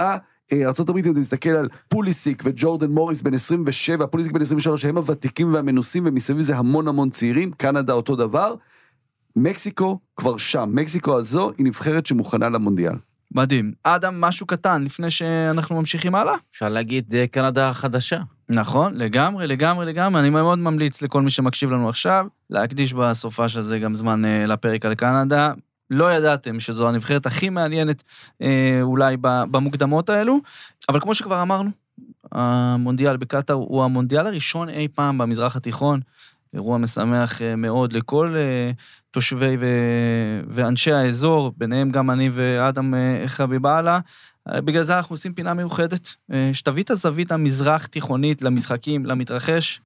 Speaker 5: ארצות הברית, אם אתה מסתכל על פוליסיק וג'ורדן מוריס בן עשרים ושבע, פוליסיק בן עשרים ושלוש, שהם הוותיקים והמנוסים, ומסביב זה המון המון צעירים, קנדה אותו דבר, מקסיקו כבר שם, מקסיקו הזו היא נבחרת שמוכנה למונדיאל.
Speaker 2: מדהים. אדם, משהו קטן, לפני שאנחנו ממשיכים הלאה?
Speaker 4: אפשר להגיד קנדה החדשה.
Speaker 2: נכון, לגמרי, לגמרי, לגמרי. אני מאוד ממליץ לכל מי שמקשיב לנו עכשיו, להקדיש בסופה של זה גם זמן אה, לפרק על קנדה. לא ידעתם שזו הנבחרת הכי מעניינת אה, אולי במוקדמות האלו, אבל כמו שכבר אמרנו, המונדיאל בקטר הוא המונדיאל הראשון אי פעם במזרח התיכון, אירוע משמח מאוד לכל תושבי ואנשי האזור, ביניהם גם אני ואדם חביבאללה. בגלל זה אנחנו עושים פינה מיוחדת, שתביא את הזווית המזרח תיכונית למשחקים, למתרחש.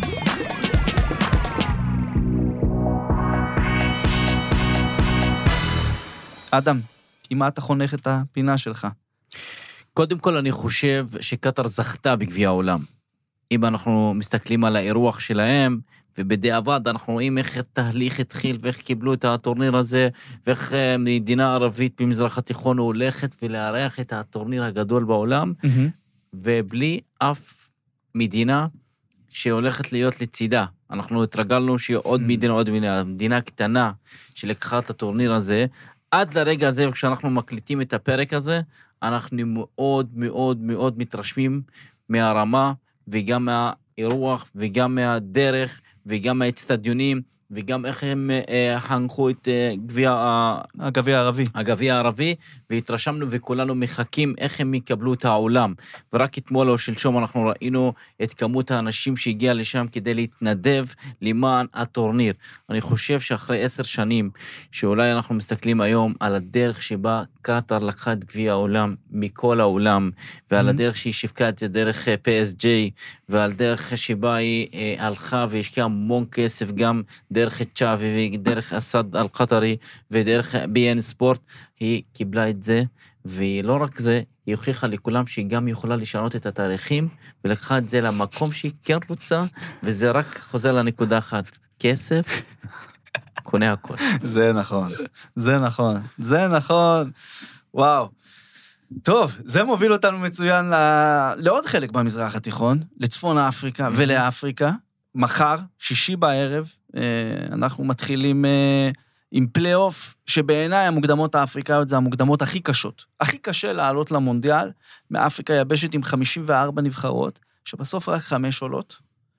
Speaker 2: אדם, עם מה אתה חונך את הפינה שלך?
Speaker 4: קודם כל אני חושב שקטר זכתה בגביע העולם. אם אנחנו מסתכלים על האירוח שלהם, ובדיעבד אנחנו רואים איך התהליך התחיל, ואיך קיבלו את הטורניר הזה, ואיך מדינה ערבית במזרח התיכון הולכת ולארח את הטורניר הגדול בעולם, mm-hmm. ובלי אף מדינה שהולכת להיות לצידה. אנחנו התרגלנו שעוד mm-hmm. מדינה, עוד מדינה, מדינה קטנה שלקחה את הטורניר הזה, עד לרגע הזה, כשאנחנו מקליטים את הפרק הזה, אנחנו מאוד מאוד מאוד מתרשמים מהרמה, וגם מהאירוח, וגם מהדרך, וגם מהאצטדיונים, וגם איך הם אה, חנכו את אה, גביע,
Speaker 2: הגביע הערבי.
Speaker 4: הגביע הערבי, והתרשמנו וכולנו מחכים איך הם יקבלו את העולם. ורק אתמול או שלשום אנחנו ראינו את כמות האנשים שהגיע לשם כדי להתנדב למען הטורניר. אני חושב שאחרי עשר שנים, שאולי אנחנו מסתכלים היום על הדרך שבה קטר לקחה את גביע העולם מכל העולם, ועל הדרך שהיא שיווקה את זה דרך פי אס ג'יי, ועל דרך שבה היא אה, הלכה והשקיעה המון כסף גם דרך צ'אבי ודרך אסד אל-קטרי ודרך בי אן ספורט, היא קיבלה את זה, ולא רק זה, היא הוכיחה לכולם שהיא גם יכולה לשנות את התאריכים, ולקחה את זה למקום שהיא כן רוצה, וזה רק חוזר לנקודה אחת, כסף, קונה הכל.
Speaker 2: זה נכון, זה נכון, זה נכון, וואו. טוב, זה מוביל אותנו מצוין לעוד חלק במזרח התיכון, לצפון אפריקה ולאפריקה. מחר, שישי בערב, אנחנו מתחילים עם פלייאוף, שבעיניי המוקדמות האפריקאיות זה המוקדמות הכי קשות. הכי קשה לעלות למונדיאל, מאפריקה יבשת עם חמישים וארבע נבחרות, שבסוף רק חמש עולות,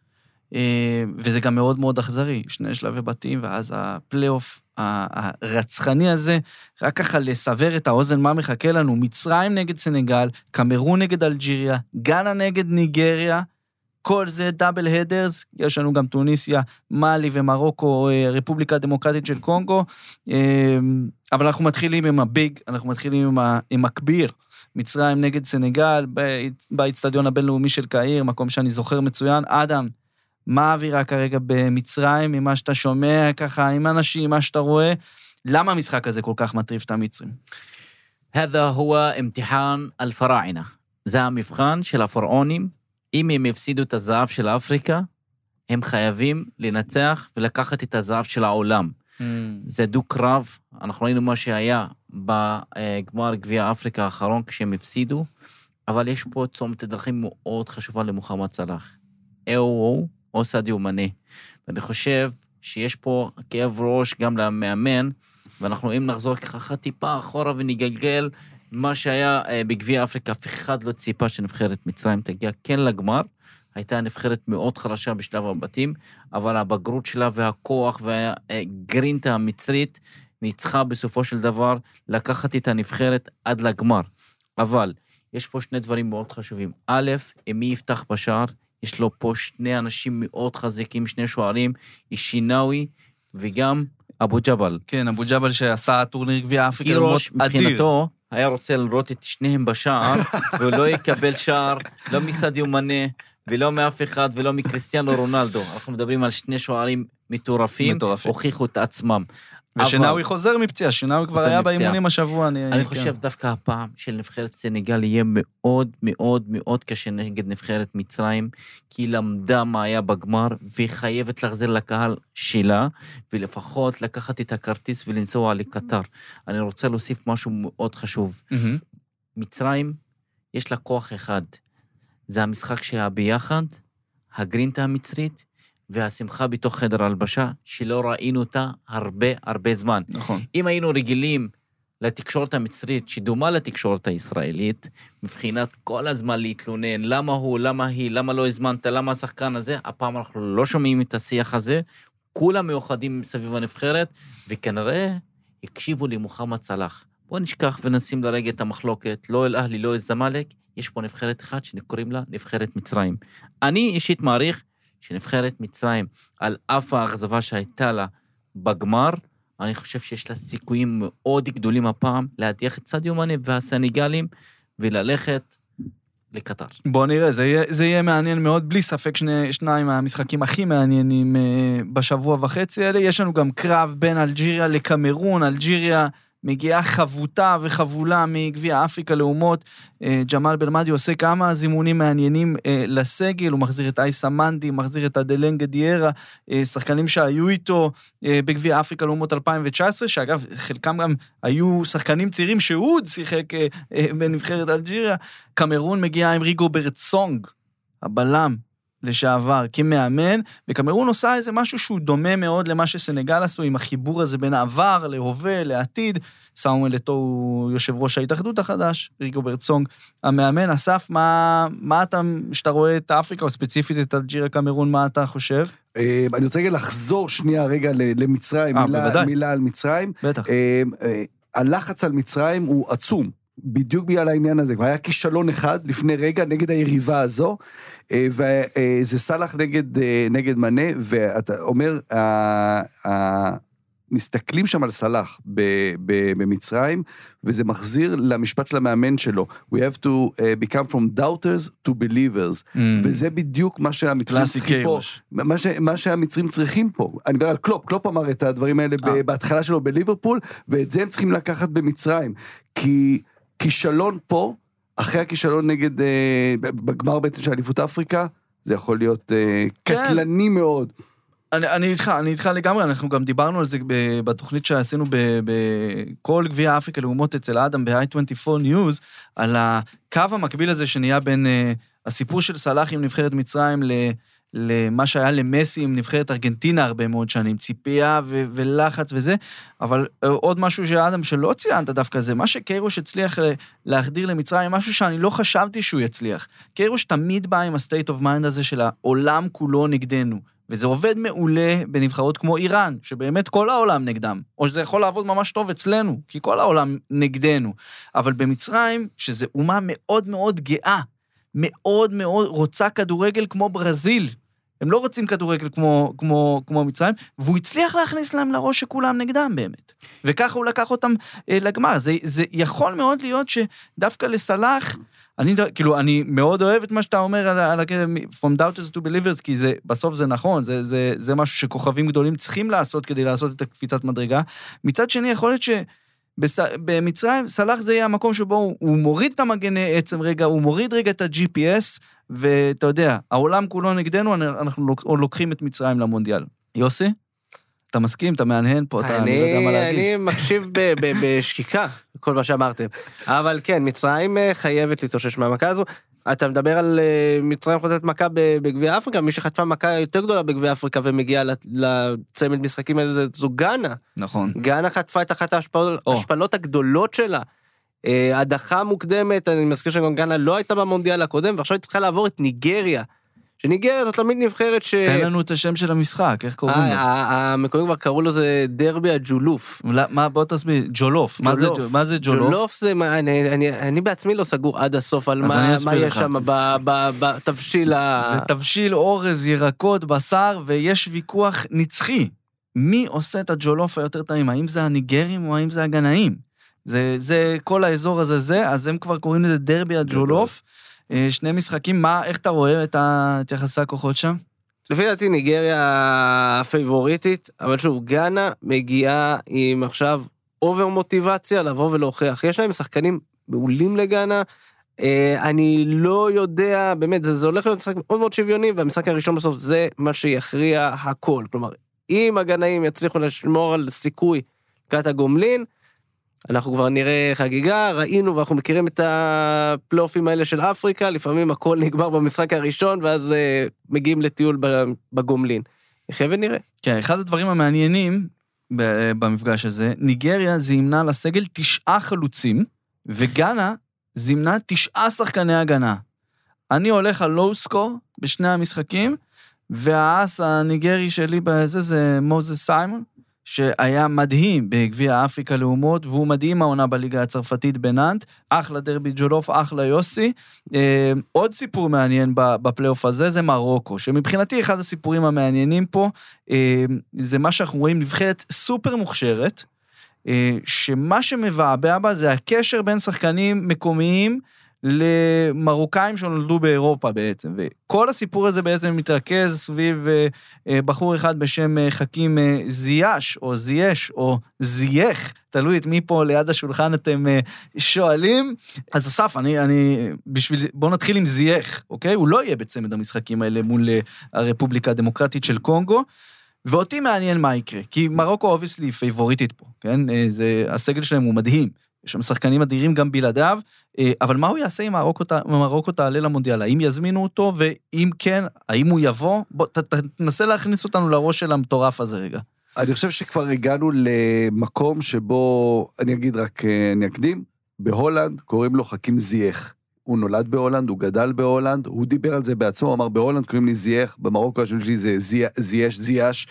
Speaker 2: וזה גם מאוד מאוד אכזרי, שני שלבי בתים, ואז הפלייאוף הרצחני הזה, רק ככה לסבר את האוזן מה מחכה לנו, מצרים נגד סנגל, קמרון נגד אלג'יריה, גאנה נגד ניגריה, כל זה דאבל הדרס, יש לנו גם טוניסיה, מאלי ומרוקו, רפובליקה דמוקרטית של קונגו, אבל אנחנו מתחילים עם הביג, אנחנו מתחילים עם, ה, עם הכביר, מצרים נגד סנגל, באצטדיון הבינלאומי של קהיר, מקום שאני זוכר מצוין. אדם, מה האווירה כרגע במצרים, ממה שאתה שומע ככה, עם אנשים, מה שאתה רואה, למה המשחק הזה כל כך מטריף את המצרים?
Speaker 4: هذا هو امتحان الفراعنة. זה המבחן של הפרעונים. אם הם הפסידו את הזהב של אפריקה, הם חייבים לנצח ולקחת את הזהב של העולם. Mm. זה דו קרב, אנחנו ראינו מה שהיה בגמר גביע אפריקה האחרון כשהם הפסידו, אבל יש פה צומת דרכים מאוד חשובה למוחמד סלאח. או או סדיו מנה. ואני חושב שיש פה כאב ראש גם למאמן, ואנחנו אם נחזור ככה טיפה אחורה ונגלגל, מה שהיה בגביע אפריקה, אף אחד לא ציפה שנבחרת מצרים תגיע כן לגמר, הייתה נבחרת מאוד חלשה בשלב הבתים, אבל הבגרות שלה והכוח והגרינטה המצרית ניצחה בסופו של דבר לקחת את הנבחרת עד לגמר. אבל יש פה שני דברים מאוד חשובים. א', אם מי יפתח בשער, יש לו פה שני אנשים מאוד חזקים, שני שוערים, אישינאוי וגם אבו ג'בל.
Speaker 2: כן, אבו ג'בל שעשה טורניר גביע אפריקה.
Speaker 4: קירוש מבחינתו היה רוצה לראות את שניהם בשער, והוא לא יקבל שער, לא מסדיו מנה, ולא מאף אחד, ולא מקריסטיאנו רונלדו. אנחנו מדברים על שני שוערים מטורפים, הוכיחו את עצמם.
Speaker 2: ושנאוי חוזר מפציעה, שנאוי כבר היה באימונים השבוע.
Speaker 4: אני חושב דווקא הפעם של נבחרת סנגל יהיה מאוד מאוד מאוד קשה נגד נבחרת מצרים, כי היא למדה מה היה בגמר, והיא חייבת לחזר לקהל שלה, ולפחות לקחת את הכרטיס ולנסוע לקטר. אני רוצה להוסיף משהו מאוד חשוב. מצרים יש לה כוח אחד. זה המשחק שהיה ביחד, הגרינטה המצרית, והשמחה בתוך חדר הלבשה, שלא ראינו אותה הרבה הרבה זמן.
Speaker 2: נכון.
Speaker 4: אם היינו רגילים לתקשורת המצרית, שדומה לתקשורת הישראלית, מבחינת כל הזמן להתלונן, למה הוא, למה היא, למה לא הזמנת, למה השחקן הזה, הפעם אנחנו לא שומעים את השיח הזה, כולם מאוחדים סביב הנבחרת, וכנראה הקשיבו למוחמד סלאח. בואו נשכח ונשים לרגע את המחלוקת, לא אל אהלי, לא אל זמלק, יש פה נבחרת אחת שקוראים לה נבחרת מצרים. אני אישית מעריך שנבחרת מצרים, על אף האכזבה שהייתה לה בגמר, אני חושב שיש לה סיכויים מאוד גדולים הפעם, להדיח את סדיו מאנה והסנגלים, וללכת לקטר.
Speaker 2: בוא נראה, זה יהיה, זה יהיה מעניין מאוד, בלי ספק שני, שניים מהמשחקים הכי מעניינים אה, בשבוע וחצי האלה. יש לנו גם קרב בין אלג'יריה לקמרון, אלג'יריה מגיעה חבותה וחבולה מגביע אפריקה לאומות, ג'מאל בלמדי עושה כמה זימונים מעניינים לסגל, הוא מחזיר את אייסה מנדי, מחזיר את אדלנגה דיירה, שחקנים שהיו איתו בגביע אפריקה לאומות אלפיים תשע עשרה, שאגב חלקם גם היו שחקנים צעירים שהוא שיחק בנבחרת אלג'יריה. קמרון מגיעה עם ריגוברט סונג, הבלם לשעבר, כמאמן, וקמרון עושה איזה משהו שהוא דומה מאוד למה שסנגל עשו, עם החיבור הזה בין העבר, להווה, לעתיד. סאומל אתו הוא יושב ראש ההתאחדות החדש, ריגוברט סונג, המאמן. אסף, מה, מה אתה, שאתה רואה את אפריקה, או ספציפית את אלג'יריה קמרון, מה אתה חושב?
Speaker 5: אני רוצה רגע לחזור שנייה רגע למצרים, מילה על מצרים.
Speaker 2: בטח.
Speaker 5: הלחץ על מצרים הוא עצום. בדיוק בגלל העניין הזה, היה כישלון אחד לפני רגע נגד היריבה הזו, וזה סלח נגד, נגד מנה, ואתה אומר, מסתכלים שם על סלח במצרים, וזה מחזיר למשפט של המאמן שלו, we have to become from doubters to believers, mm. וזה בדיוק מה שהמצרים צריכים פה, מה, ש, מה שהמצרים צריכים פה, אני מדבר על קלופ, קלופ אמר את הדברים האלה ah. בהתחלה שלו בליברפול, ואת זה הם צריכים לקחת במצרים, כי כישלון פה, אחרי הכישלון נגד, אה, בגמר בעצם של אליפות אפריקה, זה יכול להיות אה, כן. קטלני מאוד.
Speaker 2: אני, אני איתך, אני איתך לגמרי, אנחנו גם דיברנו על זה בתוכנית שעשינו בכל גביע אפריקה לאומות אצל האדם ב-איי עשרים וארבע News, על הקו המקביל הזה שנהיה בין אה, הסיפור של סלאח עם נבחרת מצרים ל... למה שהיה למסי עם נבחרת ארגנטינה הרבה מאוד שנים, ציפייה ו- ולחץ וזה, אבל עוד משהו שאדם שלא ציינת דווקא זה, מה שקיירוש הצליח להחדיר למצרים, משהו שאני לא חשבתי שהוא יצליח. קיירוש תמיד בא עם ה-state of mind הזה של העולם כולו נגדנו, וזה עובד מעולה בנבחרות כמו איראן, שבאמת כל העולם נגדם, או שזה יכול לעבוד ממש טוב אצלנו, כי כל העולם נגדנו, אבל במצרים, שזה אומה מאוד מאוד גאה, מאוד מאוד רוצה כדורגל כמו ברזיל, הם לא רוצים כדורגל כמו, כמו, כמו מצרים, והוא הצליח להכניס להם לראש שכולם נגדם באמת. וככה הוא לקח אותם אה, לגמר. זה, זה יכול מאוד להיות שדווקא לסלאח, אני, כאילו, אני מאוד אוהב את מה שאתה אומר על, על, from doubters to believers, כי זה, בסוף זה נכון, זה, זה, זה משהו שכוכבים גדולים צריכים לעשות כדי לעשות את הקפיצת מדרגה. מצד שני, יכול להיות ש... במצרים, סלאח זה יהיה המקום שבו הוא, הוא מוריד את המגני עצם רגע, הוא מוריד רגע את ה-ג'י פי אס, ואתה יודע, העולם כולו נגדנו, אנחנו לוקחים את מצרים למונדיאל. יוסי? אתה מסכים, אתה מענהן פה, אתה אני, לא יודע מה להגיש.
Speaker 3: אני מקשיב ב- ב- בשקיקה, כל מה שאמרתם. אבל כן, מצרים חייבת להתאושש מהמכה הזו. אתה מדבר על מצרים חוטפת מכה בגביע אפריקה, מי שחטפה מכה יותר גדולה בגביע אפריקה ומגיעה לצמד משחקים האלה, זו גאנה.
Speaker 2: נכון.
Speaker 3: גאנה חטפה את אחת ההשפלות הגדולות שלה. הדחה מוקדמת, אני מזכיר שגם גאנה לא הייתה במונדיאל הקודם, ועכשיו היא צריכה לעבור את ניגריה. שניגריה זאת תמיד נבחרת ש...
Speaker 2: תן לנו את השם של המשחק, איך קוראים לו?
Speaker 3: המקורים כבר קראו לו זה דרבי הג'ולוף.
Speaker 2: מה, בוא תסביר, ג'ולוף, מה זה ג'ולוף?
Speaker 3: ג'ולוף זה, אני בעצמי לא סגור עד הסוף על מה יש שם בתבשיל ה...
Speaker 2: זה תבשיל אורז, ירקות, בשר, ויש ויכוח נצחי. מי עושה את הג'ולוף היותר טעים? האם זה הניגרים או האם זה הגנאים? זה כל האזור הזה זה, אז הם כבר קוראים לזה דרבי הג'ולוף. שני משחקים, מה, איך אתה רואה את יחסי הכוחות שם?
Speaker 3: לפי דעתי ניגריה פייבוריטית, אבל שוב, גאנה מגיעה עם עכשיו אובר מוטיבציה לבוא ולהוכיח. יש להם שחקנים מעולים לגאנה, אני לא יודע, באמת, זה, זה הולך להיות משחק מאוד מאוד שוויוני, והמשחק הראשון בסוף זה מה שיכריע הכל. כלומר, אם הגנאים יצליחו לשמור על סיכוי קט הגומלין, אנחנו כבר נראה חגיגה, ראינו ואנחנו מכירים את הפלייאופים האלה של אפריקה, לפעמים הכל נגמר במשחק הראשון, ואז uh, מגיעים לטיול בגומלין. נחיה ונראה.
Speaker 2: כן, אחד הדברים המעניינים במפגש הזה, ניגריה זימנה לסגל תשעה חלוצים, וגאנה זימנה תשעה שחקני הגנה. אני הולך על לואו סקור בשני המשחקים, והאס הניגרי שלי בזה זה מוזס סיימון, שהיה מדהים בגביע אפריקה לאומות, והוא מדהים העונה בליגה הצרפתית בננט, אחלה דרבי ג'ולוף, אחלה יוסי. אה, עוד סיפור מעניין בפלייאוף הזה, זה מרוקו, שמבחינתי אחד הסיפורים המעניינים פה, אה, זה מה שאנחנו רואים, נבחרת סופר מוכשרת, אה, שמה שמבעבע בה זה הקשר בין שחקנים מקומיים, למרוקאים שנולדו באירופה בעצם, וכל הסיפור הזה בעצם מתרכז סביב בחור אחד בשם חכים זייש, או זייש, או זייך, תלוי את מי פה ליד השולחן אתם שואלים. אז אסף, אני, אני, בשביל, בוא נתחיל עם זייך, אוקיי? הוא לא יהיה בצמד המשחקים האלה מול הרפובליקה הדמוקרטית של קונגו, ואותי מעניין מה יקרה, כי מרוקו אובייסלי פייבוריטית פה, כן? זה, הסגל שלהם הוא מדהים, יש שם שחקנים אדירים גם בלעדיו, אבל מה הוא יעשה אם מרוקו תעלה למונדיאל? האם יזמינו אותו, ואם כן, האם הוא יבוא? בוא, ת, תנסה להכניס אותנו לראש של המטורף הזה רגע.
Speaker 5: אני חושב שכבר הגענו למקום שבו, אני אגיד רק, אני אקדים, בהולנד קוראים לו חכים זייך. הוא נולד בהולנד, הוא גדל בהולנד, הוא דיבר על זה בעצמו, הוא אמר, בהולנד קוראים לי זייך, במרוקו השם שלי זה זייש, זייש,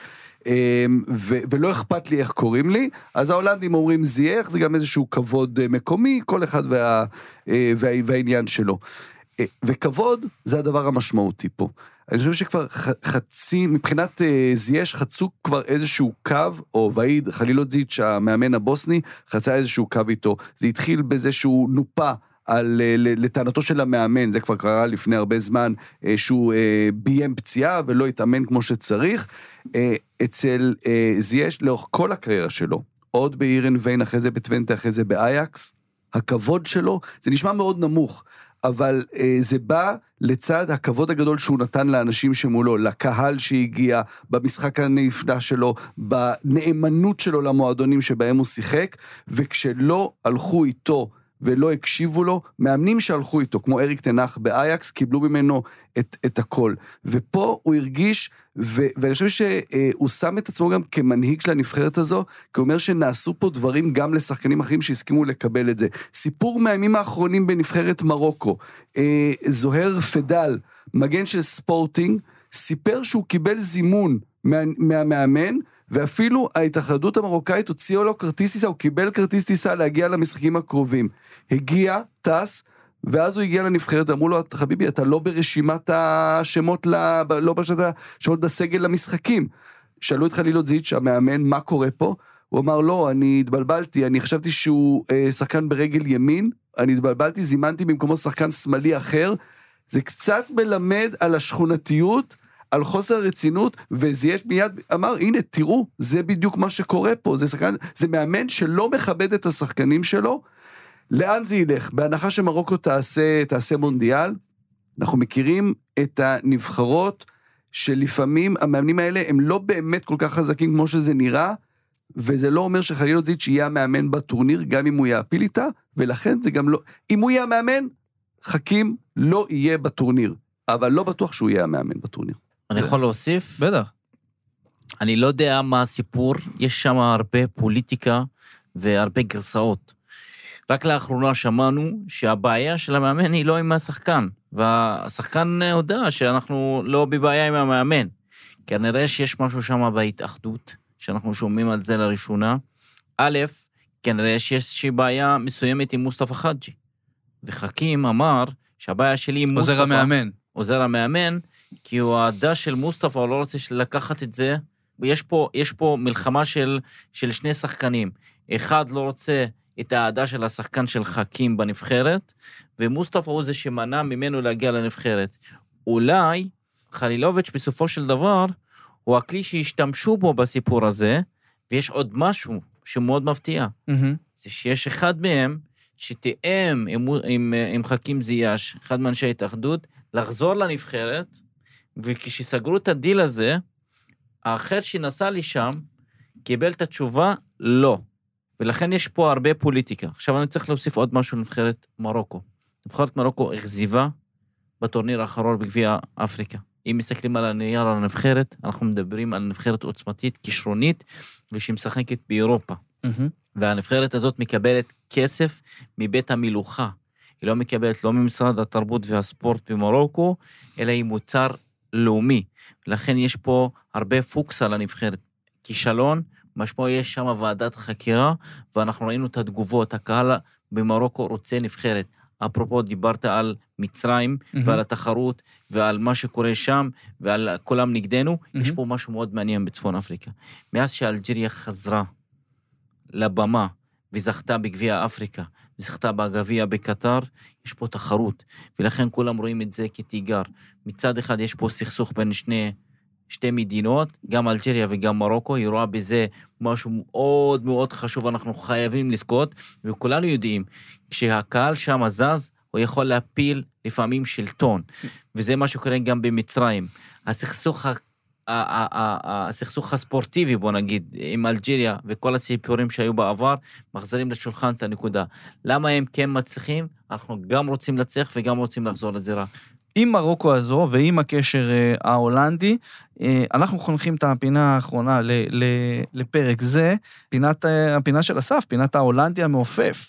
Speaker 5: ו- ולא אכפת לי איך קוראים לי, אז ההולנדים אומרים זייך, זה גם איזשהו כבוד מקומי, כל אחד וה, וה, והעניין שלו. וכבוד זה הדבר המשמעותי פה. אני חושב שכבר חצי, מבחינת זייש, חצו כבר איזשהו קו, או ועיד, חלילוביץ' המאמן הבוסני, חצה איזשהו קו איתו. זה התחיל באיזשהו נופה, על, לטענתו של המאמן, זה כבר קרה לפני הרבה זמן, שהוא ביים פציעה ולא התאמן כמו שצריך, אצל זייש לאורך כל הקריירה שלו, עוד באירן ויין, אחרי זה בטוונטה, אחרי זה באייקס, הכבוד שלו, זה נשמע מאוד נמוך, אבל זה בא לצד הכבוד הגדול שהוא נתן לאנשים שמולו, לקהל שהגיע, במשחק הנפלא שלו, בנאמנות שלו למועדונים שבהם הוא שיחק, וכשלא הלכו איתו, ולא הקשיבו לו, מאמנים שהלכו איתו, כמו אריק תנח באייקס, קיבלו ממנו את, את הכל. ופה הוא הרגיש, ו, ואני חושב שהוא שם את עצמו גם כמנהיג של הנבחרת הזו, כי הוא אומר שנעשו פה דברים גם לשחקנים אחרים שהסכימו לקבל את זה. סיפור מהימים האחרונים בנבחרת מרוקו, אה, זוהר פדל, מגן של ספורטינג, סיפר שהוא קיבל זימון מה, מהמאמן, ואפילו ההתאחדות המרוקאית הוציאו לו כרטיס טיסה, הוא קיבל כרטיס טיסה להגיע למשחקים הקרובים. הגיע, טס, ואז הוא הגיע לנבחרת, אמרו לו, חביבי, אתה לא ברשימת השמות, לא ברשימת השמות בסגל למשחקים. שאלו את חלילוביץ' המאמן, מה קורה פה? הוא אמר, לא, אני התבלבלתי, אני חשבתי שהוא אה, שחקן ברגל ימין, אני התבלבלתי, זימנתי במקומו שחקן שמאלי אחר, זה קצת מלמד על השכונתיות, על חוסר הרצינות, וזייש מיד אמר, הנה, תראו, זה בדיוק מה שקורה פה, זה שחקן, זה מאמן שלא מכבד את השחקנים שלו, לאן זה ילך? בהנחה שמרוקו תעשה, תעשה מונדיאל, אנחנו מכירים את הנבחרות, שלפעמים המאמנים האלה הם לא באמת כל כך חזקים כמו שזה נראה, וזה לא אומר שחלילוביץ' יהיה המאמן בטורניר, גם אם הוא יעפיל איתה, ולכן זה גם לא, אם הוא יהיה המאמן, חכים לא יהיה בטורניר, אבל לא בטוח שהוא יהיה המאמן בטורניר.
Speaker 4: אני יכול להוסיף?
Speaker 2: בטח.
Speaker 4: אני לא יודע מה הסיפור, יש שם הרבה פוליטיקה והרבה גרסאות. רק לאחרונה שמענו שהבעיה של המאמן היא לא עם השחקן, והשחקן הודע שאנחנו לא בבעיה עם המאמן. כנראה שיש משהו שם בהתאחדות, שאנחנו שומעים על זה לראשונה. א', כנראה שיש איזושהי בעיה מסוימת עם מוסטפא חג'י. וחכים אמר שהבעיה שלי עם מוסטפא...
Speaker 2: עוזר המאמן.
Speaker 4: עוזר המאמן, כי הוא העדה של מוסטפא, הוא לא רוצה לקחת את זה, ויש פה, יש פה מלחמה של, של שני שחקנים. אחד לא רוצה את העדה של השחקן של חכים בנבחרת, ומוסטפא הוא זה שמנע ממנו להגיע לנבחרת. אולי חלילוביץ' בסופו של דבר, הוא הכלי שהשתמשו בו בסיפור הזה, ויש עוד משהו שמאוד מפתיע. Mm-hmm. זה שיש אחד מהם, שתאם עם, עם, עם חכים זייש, אחד מאנשי ההתאחדות, לחזור לנבחרת, וכשסגרו את הדיל הזה, האחר שנסע לי שם, קיבל את התשובה, לא. ולכן יש פה הרבה פוליטיקה. עכשיו אני צריך להוסיף עוד משהו לנבחרת מרוקו. נבחרת מרוקו אכזיבה בטורניר האחרון בגביע אפריקה. אם מסתכלים על הנייר על הנבחרת, אנחנו מדברים על נבחרת עוצמתית, כישרונית, ושמשחקת באירופה. Mm-hmm. והנבחרת הזאת מקבלת כסף מבית המלוכה. היא לא מקבלת לא ממשרד התרבות והספורט במרוקו, אלא היא מוצר לאומי. לכן יש פה הרבה פוקס על הנבחרת. כישלון, משמעו יש שם ועדת חקירה, ואנחנו ראינו את התגובות. הקהל במרוקו רוצה נבחרת. אפרופו דיברת על מצרים, mm-hmm. ועל התחרות, ועל מה שקורה שם, ועל כולם נגדנו, mm-hmm. יש פה משהו מאוד מעניין בצפון אפריקה. מאז שאלג'יריה חזרה לבמה, וזכתה בגביע אפריקה, וזכתה בגביע בקטר, יש פה תחרות, ולכן כולם רואים את זה כתיגר. מצד אחד יש פה סכסוך בין שני, שתי מדינות, גם אלג'יריה וגם מרוקו, היא רואה בזה משהו מאוד מאוד חשוב, אנחנו חייבים לזכות, וכולנו יודעים, כשהקהל שם זז, הוא יכול להפיל לפעמים שלטון, וזה מה שקורה גם במצרים. הסכסוך, הסכסוך הספורטיבי, בוא נגיד, עם אלג'יריה, וכל הסיפורים שהיו בעבר, מחזרים לשולחן את הנקודה. למה הם כן מצליחים? אנחנו גם רוצים לצליח, וגם רוצים לחזור לזירה.
Speaker 2: עם מרוקו הזו ועם הקשר uh, ההולנדי, uh, אנחנו חונכים את הפינה האחרונה ל, ל, לפרק זה, פינת, uh, הפינה של אסף, פינת ההולנדי המעופף.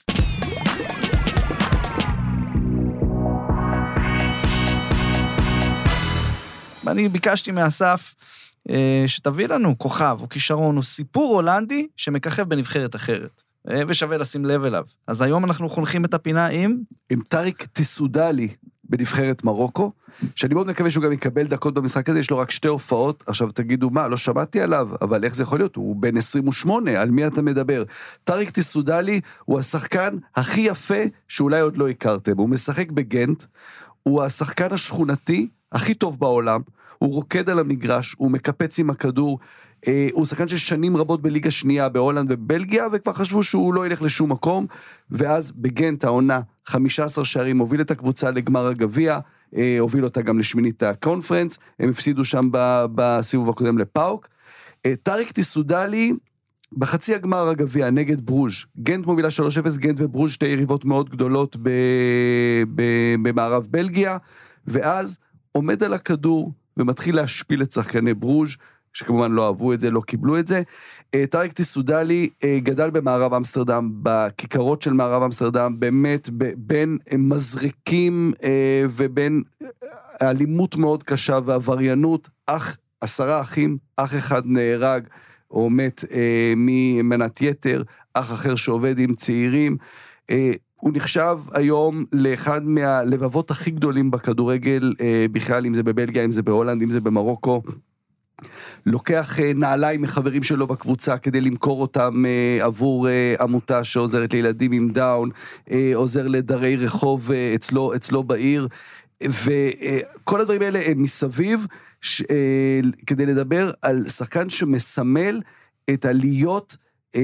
Speaker 2: ואני ביקשתי מאסף uh, שתביא לנו כוכב או כישרון או סיפור הולנדי שמככב בנבחרת אחרת. ושווה לשים לב אליו. אז היום אנחנו חונכים את הפינה עם...
Speaker 5: עם טאריק טיסודלי בנבחרת מרוקו, שאני מאוד מקווה שהוא גם יקבל דקות במשחק הזה, יש לו רק שתי הופעות, עכשיו תגידו מה, לא שמעתי עליו, אבל איך זה יכול להיות? הוא בן עשרים ושמונה, על מי אתה מדבר? טאריק טיסודלי הוא השחקן הכי יפה שאולי עוד לא הכרתם, הוא משחק בגנט, הוא השחקן השכונתי הכי טוב בעולם, הוא רוקד על המגרש, הוא מקפץ עם הכדור, הוא שחקן של שנים רבות בליגה שנייה, בהולנד ובבלגיה, וכבר חשבו שהוא לא ילך לשום מקום, ואז בגנט העונה, חמישה עשר שערים, הוביל את הקבוצה לגמר הגביע, הוביל אותה גם לשמינית הקונפרנס, הם הפסידו שם בסיבוב הקודם לפאוק. טאריק טיסודלי, בחצי הגמר הגביע, נגד ברוז', גנט מובילה שלוש אפס, גנט וברוז' שתי יריבות מאוד גדולות במערב בלגיה, ואז עומד על הכדור, ומתחיל להשפיל את שחקני ברוז', שכמובן לא אהבו את זה, לא קיבלו את זה. טאריק טיסודלי גדל במערב אמסטרדם, בכיכרות של מערב אמסטרדם, באמת בין מזריקים ובין אלימות מאוד קשה ועבריינות, אח, עשרה אחים, אח אחד נהרג או מת ממנת יתר, אח אחר שעובד עם צעירים, הוא נחשב היום לאחד מהלבבות הכי גדולים בכדורגל, בכלל אם זה בבלגיה, אם זה בהולנד, אם זה במרוקו, לוקח נעליים מחברים שלו בקבוצה כדי למכור אותם עבור עמותה שעוזרת לילדים עם דאון, עוזר לדרי רחוב אצלו, אצלו בעיר, וכל הדברים האלה הם מסביב, ש... כדי לדבר על שחקן שמסמל את עליות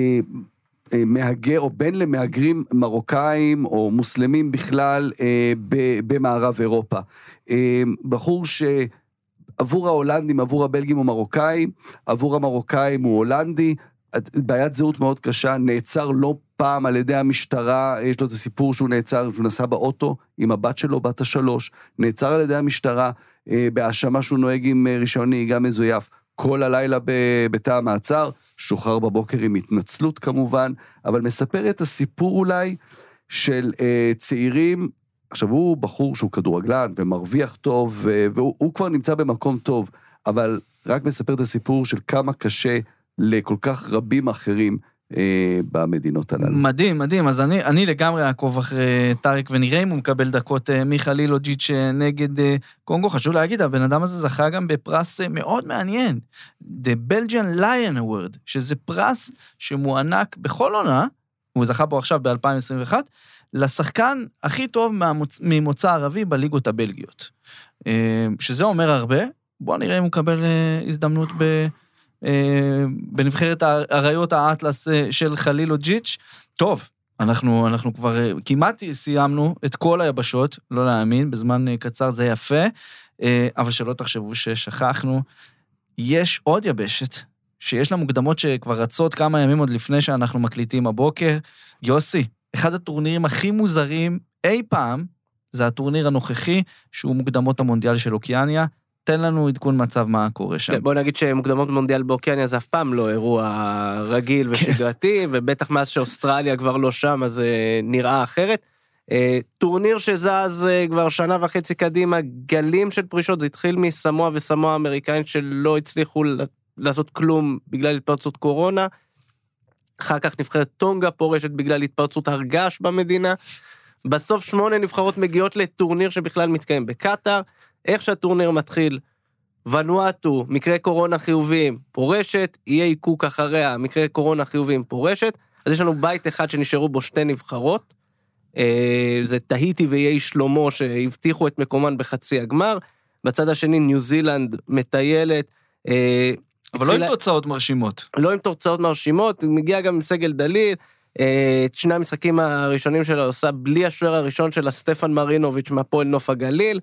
Speaker 5: מהגר או בין למהגרים מרוקאים או מוסלמים בכלל במערב אירופה. בחור ש... עבור ההולנדים, עבור הבלגים או מרוקאים, עבור המרוקאים הוא הולנדי, בעיית זהות מאוד קשה, נעצר לא פעם על ידי המשטרה, יש לו את הסיפור שהוא נעצר, שהוא נסע באוטו עם הבת שלו, בת השלוש, נעצר על ידי המשטרה, בהאשמה שהוא נוהג עם רישיון נהיגה מזויף, כל הלילה בתא המעצר, שוחרר בבוקר עם התנצלות כמובן, אבל מספר את הסיפור אולי של צעירים, עכשיו הוא בחור שהוא כדורגלן ומרוויח טוב, והוא הוא כבר נמצא במקום טוב, אבל רק מספר את הסיפור של כמה קשה לכל כך רבים אחרים אה, במדינות הללו.
Speaker 2: מדהים, מדהים. אז אני, אני לגמרי אעקוב אחרי טאריק ונראה אם הוא מקבל דקות אה, מחלילוג'יץ' נגד אה, קונגו. חשוב להגיד, הבן אדם הזה זכה גם בפרס אה, מאוד מעניין. The Belgian Lion Award, שזה פרס שמוענק בכל עונה, הוא זכה פה עכשיו ב-אלפיים עשרים ואחת, לשחקן הכי טוב ממוצא ערבי בליגות הבלגיות. שזה אומר הרבה, בואו נראה אם הוא מקבל הזדמנות בנבחרת הרעיות האטלס של חלילוג'יץ'. טוב, אנחנו, אנחנו כבר כמעט סיימנו את כל היבשות, לא להאמין, בזמן קצר זה יפה, אבל שלא תחשבו ששכחנו, יש עוד יבשת שיש לה מוקדמות שכבר רצות כמה ימים עוד לפני שאנחנו מקליטים הבוקר. יוסי, אחד הטורנירים הכי מוזרים אי פעם, זה הטורניר הנוכחי, שהוא מוקדמות המונדיאל של אוקיאניה. תן לנו עדכון מצב מה קורה שם.
Speaker 3: בוא נגיד שמוקדמות מונדיאל באוקיאניה זה אף פעם לא אירוע רגיל ושגרתי, ובטח מאז שאוסטרליה כבר לא שם, אז נראה אחרת. טורניר שזז כבר שנה וחצי קדימה, גלים של פרישות, זה התחיל מסמואה וסמואה האמריקאים שלא הצליחו לעשות כלום בגלל התפרצות קורונה, אחר כך נבחרת טונגה פורשת בגלל התפרצות הרגש במדינה, בסוף שמונה נבחרות מגיעות לטורניר שבכלל מתקיים בקטר, איך שהטורניר מתחיל, ונואטו, מקרה קורונה חיוביים, פורשת, איי קוק אחריה, מקרה קורונה חיוביים, פורשת, אז יש לנו בית אחד שנשארו בו שתי נבחרות, זה טהיטי ואיי שלמה שהבטיחו את מקומן בחצי הגמר, בצד השני ניו זילנד מטיילת,
Speaker 2: אבל לא עם תוצאות מרשימות.
Speaker 3: לא עם תוצאות מרשימות, מגיע גם עם סגל דליל, את שני המשחקים הראשונים שלה עושה בלי השוער הראשון שלה, סטפן מרינוביץ' מהפועל נוף הגליל,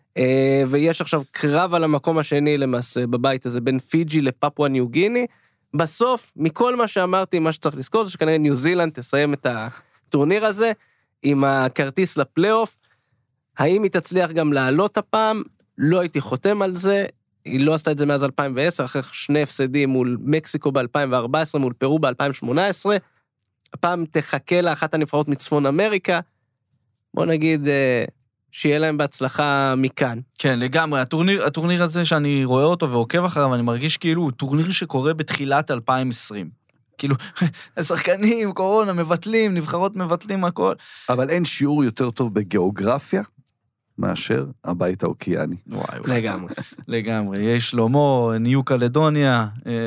Speaker 3: ויש עכשיו קרב על המקום השני למעשה בבית הזה, בין פיג'י לפפואה ניו גיני, בסוף, מכל מה שאמרתי, מה שצריך לזכור, זה שכנראה ניו זילנד תסיים את הטורניר הזה, עם הכרטיס לפלייאוף, האם היא תצליח גם לעלות הפעם, לא הייתי חותם על זה, היא לא עשתה את זה מאז אלפיים ועשר, אחרי שני הפסדים מול מקסיקו ב-אלפיים וארבע עשרה, מול פרו ב-אלפיים שמונה עשרה, הפעם תחכה לאחת הנבחרות מצפון אמריקה, בוא נגיד שיהיה להם בהצלחה מכאן.
Speaker 2: כן, לגמרי, הטורניר, הטורניר הזה שאני רואה אותו ועוקב אחריו, אני מרגיש כאילו הוא טורניר שקורה בתחילת אלפיים ועשרים. כאילו, השחקנים, קורונה, מבטלים, נבחרות מבטלים, הכל.
Speaker 5: אבל אין שיעור יותר טוב בגיאוגרפיה, מאשר הבית האוקיאני.
Speaker 2: וואי,
Speaker 3: לגמרי.
Speaker 2: לגמרי. יש שלמה, ניו קלדוניה,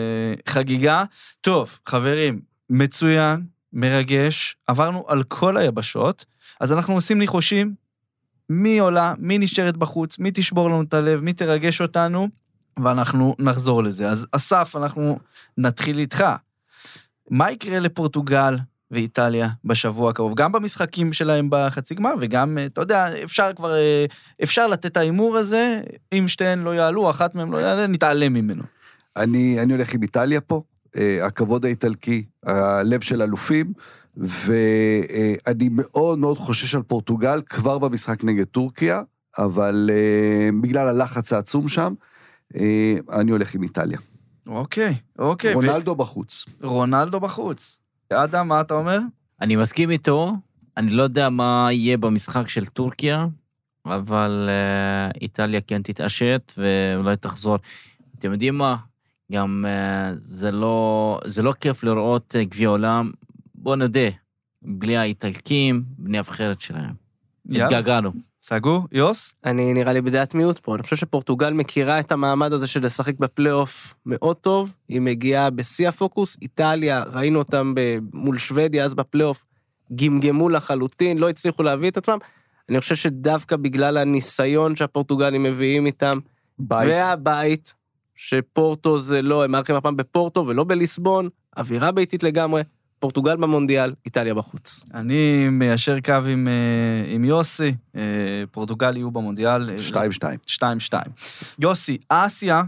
Speaker 2: חגיגה. טוב, חברים, מצוין, מרגש, עברנו על כל היבשות, אז אנחנו עושים ניחושים, מי עולה, מי נשארת בחוץ, מי תשבור לנו את הלב, מי תרגש אותנו, ואנחנו נחזור לזה. אז אסף, אנחנו נתחיל איתך. מה יקרה לפורטוגל ואיטליה בשבוע הקרוב? גם במשחקים שלהם בחצי גמר, וגם, אתה יודע, אפשר כבר, אפשר לתת את האימור הזה, אם שתיהן לא יעלו, אחת מהם לא יעלה, נתעלם ממנו.
Speaker 5: אני, אני הולך עם איטליה פה, הכבוד האיטלקי, הלב של אלופים, ואני מאוד מאוד חושש על פורטוגל, כבר במשחק נגד טורקיה, אבל בגלל הלחץ העצום שם, אני הולך עם איטליה.
Speaker 2: אוקיי, אוקיי.
Speaker 5: רונלדו ו... בחוץ.
Speaker 2: רונלדו בחוץ. אדם, מה אתה אומר?
Speaker 4: אני מסכים איתו, אני לא יודע מה יהיה במשחק של טורקיה, אבל uh, איטליה כן תתעשת, ואולי תחזור. אתם יודעים מה? גם uh, זה, לא, זה לא כיף לראות uh, גביע עולם, בוא נדע, בלי האיטלקים, בני הבחרת שלהם. התגעגענו.
Speaker 2: סגור, יוס?
Speaker 3: אני נראה לי בדעת מיעוט פה, אני חושב שפורטוגל מכירה את המעמד הזה של לשחק בפלייאוף מאוד טוב, היא מגיעה בשיא הפוקוס, איטליה, ראינו אותם מול שוודיה, אז בפלייאוף, גמגמו לחלוטין, לא הצליחו להביא את עצמם, אני חושב שדווקא בגלל הניסיון שהפורטוגלים מביאים איתם, בית. והבית, שפורטו זה לא, הם מארחים הפעם בפורטו ולא בליסבון, אווירה ביתית לגמרי, פורטוגל במונדיאל, איטליה בחוץ.
Speaker 2: אני מיישר קו עם, עם יוסי, פורטוגל יהיו במונדיאל.
Speaker 5: שתיים שתיים.
Speaker 2: שתיים שתיים. יוסי, אסיה,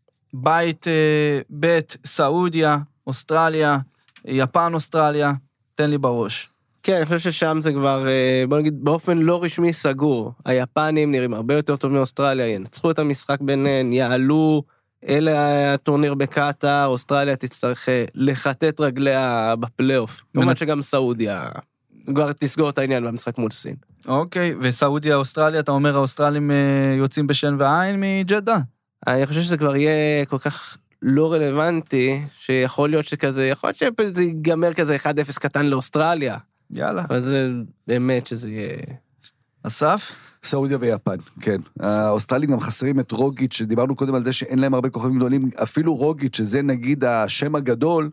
Speaker 2: בית בית, סעודיה, אוסטרליה, יפן, אוסטרליה, תן לי בראש.
Speaker 3: כן, אני חושב ששם זה כבר, בוא נגיד, באופן לא רשמי סגור. היפנים נראים הרבה יותר טוב מאוסטרליה, ינצחו את המשחק ביניהן, יעלו, אלה הטורניר בקטר, אוסטרליה תצטרך לחטט רגליה בפלייאוף. כמובן שגם סעודיה כבר תסגור את העניין במשחק מול סין.
Speaker 2: אוקיי, וסעודיה, אוסטרליה, אתה אומר האוסטרלים יוצאים בשן ועין מג'דה?
Speaker 3: אני חושב שזה כבר יהיה כל כך לא רלוונטי, שיכול להיות שכזה, יכול להיות שזה ייגמר כזה אחד אפס קטן לאוסטרליה.
Speaker 2: יאללה.
Speaker 3: אבל זה באמת שזה יהיה...
Speaker 2: אסף?
Speaker 5: סעודיה ויפן, כן. האוסטרלים גם חסרים את רוגיץ', שדיברנו קודם על זה שאין להם הרבה כוכבים גדולים, אפילו רוגיץ', שזה נגיד השם הגדול,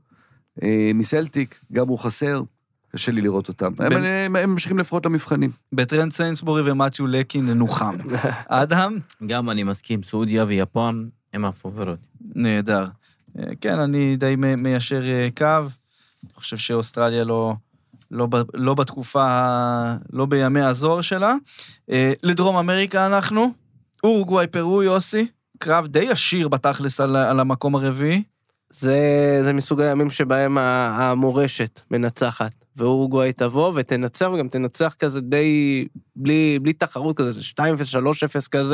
Speaker 5: מסלטיק, גם הוא חסר, קשה לי לראות אותם. הם משכים לפחות למבחנים.
Speaker 2: בטרנד סיינסבורי ומתיו לקין נוחם. אדם?
Speaker 4: גם אני מסכים, סעודיה ויפן הם הפוברות.
Speaker 2: נהדר. כן, אני די מיישר קו, אני חושב שאוסטרליה לא... לא, לא בתקופה, לא בימי הזוהר שלה. לדרום אמריקה אנחנו, אורוגוואי, פרו, יוסי, קרב די עשיר בתכלס על, על המקום הרביעי.
Speaker 3: זה, זה מסוג הימים שבהם המורשת מנצחת, ואורוגוואי תבוא ותנצח, וגם תנצח כזה די, בלי, בלי תחרות כזה, שתיים אפס, שלוש אפס כזה,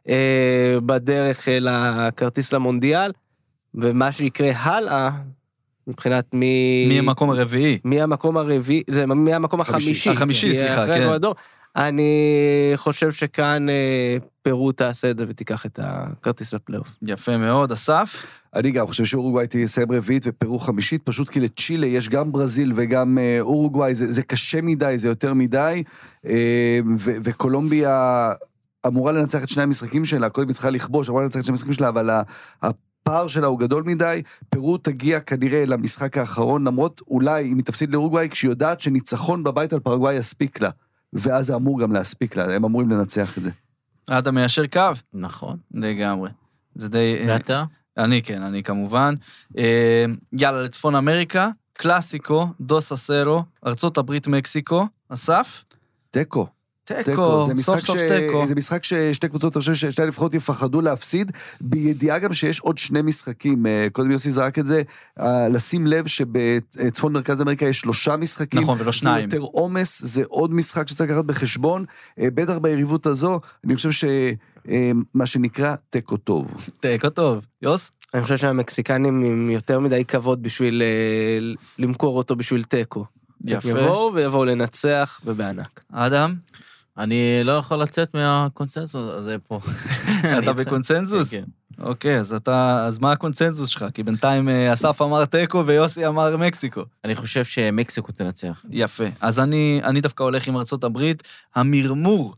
Speaker 3: אה, בדרך לכרטיס למונדיאל, ומה שיקרה הלאה, מבחינת מי...
Speaker 2: מי המקום הרביעי?
Speaker 3: מי המקום הרביעי, זה מי המקום החמישי.
Speaker 2: החמישי, סליחה, כן.
Speaker 3: הדור. אני חושב שכאן אה, פרו תעשה את זה ותיקח את הכרטיס לפלייאוף.
Speaker 2: יפה מאוד, אסף?
Speaker 5: אני גם חושב שאורוגוואי תסיים רביעית ופרו חמישית, פשוט כי לצ'ילה יש גם ברזיל וגם אה, אורוגוואי, זה, זה קשה מדי, זה יותר מדי, אה, ו- וקולומביה אמורה לנצח את שני המשחקים שלה, קודם היא צריכה לכבוש, אמורה לנצח את שני המשחקים שלה, אבל ה... הפער שלה הוא גדול מדי, פרו תגיע כנראה למשחק האחרון, למרות אולי אם היא תפסיד לאורוגוואי, כשהיא יודעת שניצחון בבית על פרגוואי יספיק לה, ואז זה אמור גם להספיק לה, הם אמורים לנצח את זה.
Speaker 2: אתה מיישר קו?
Speaker 4: נכון.
Speaker 2: לגמרי. זה די...
Speaker 4: ואתה?
Speaker 2: אני כן, אני כמובן. יאללה, לצפון אמריקה, קלאסיקו, דוס אסרו, ארצות הברית מקסיקו, אסף?
Speaker 5: תיקו.
Speaker 2: תיקו, סוף סוף תיקו.
Speaker 5: זה משחק ששתי קבוצות, אני חושב ששתי הנבחרות יפחדו להפסיד, בידיעה גם שיש עוד שני משחקים, קודם יוסי זרק את זה, לשים לב שבצפון מרכז אמריקה יש שלושה משחקים,
Speaker 2: נכון, ולא שניים.
Speaker 5: זה יותר עומס, זה עוד משחק שצריך לקחת בחשבון, בטח ביריבות הזו, אני חושב שמה שנקרא תיקו טוב.
Speaker 2: תיקו טוב, יוס?
Speaker 3: אני חושב שהמקסיקנים עם יותר מדי כבוד בשביל למכור אותו בשביל תיקו.
Speaker 2: יפה.
Speaker 3: יבואו ויבואו לנצח ובענק.
Speaker 2: אדם?
Speaker 4: אני לא יכול לצאת מהקונסנזוס הזה פה.
Speaker 2: אתה בקונסנזוס?
Speaker 4: כן.
Speaker 2: אוקיי, אז אתה, אז מה הקונסנזוס שלך? כי בינתיים אסף אמר תיקו ויוסי אמר מקסיקו.
Speaker 4: אני חושב שמקסיקו תנצח.
Speaker 2: יפה. אז אני, אני דווקא הולך עם ארצות הברית. המרמור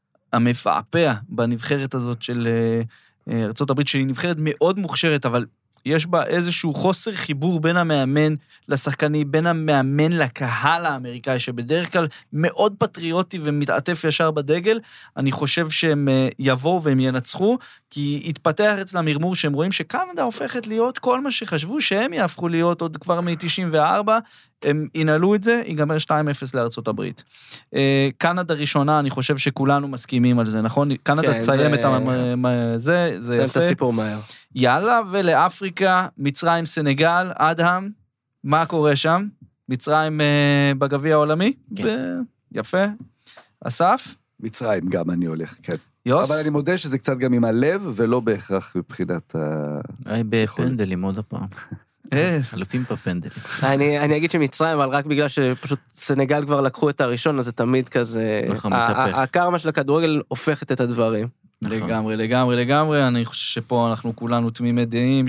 Speaker 2: המפעפע בנבחרת הזאת של ארצות הברית, שהיא נבחרת מאוד מוכשרת, אבל יש בה איזשהו חוסר חיבור בין המאמן לשחקני, בין המאמן לקהל האמריקאי, שבדרך כלל מאוד פטריוטי ומתעטף ישר בדגל. אני חושב שהם יבואו והם ינצחו, כי התפתח אצלם מרמור שהם רואים שקנדה הופכת להיות כל מה שחשבו שהם יהפכו להיות עוד כבר מ-תשעים וארבע, הם ינהלו את זה, ייגמר שתיים אפס לארצות הברית. קנדה ראשונה, אני חושב שכולנו מסכימים על זה, נכון? קנדה תסיים את זה, זה יפה.
Speaker 3: סיים את הסיפור מהר.
Speaker 2: יאללה, ולאפריקה, מצרים, סנגל, אדהם, מה קורה שם? מצרים בגביע העולמי?
Speaker 4: כן.
Speaker 2: יפה. אסף?
Speaker 5: מצרים גם אני הולך, כן.
Speaker 2: יוס?
Speaker 5: אבל אני מודה שזה קצת גם עם הלב, ולא בהכרח מבחינת ה...
Speaker 4: היי, בפנדלים עוד הפעם. אלופים בפנדלים.
Speaker 3: אני, אני אגיד שמצרים, אבל רק בגלל שפשוט סנגל כבר לקחו את הראשון, אז זה תמיד כזה... הקרמה של הכדורגל הופכת את הדברים.
Speaker 2: לגמרי, לגמרי, לגמרי. אני חושב שפה אנחנו כולנו תמימי דעים,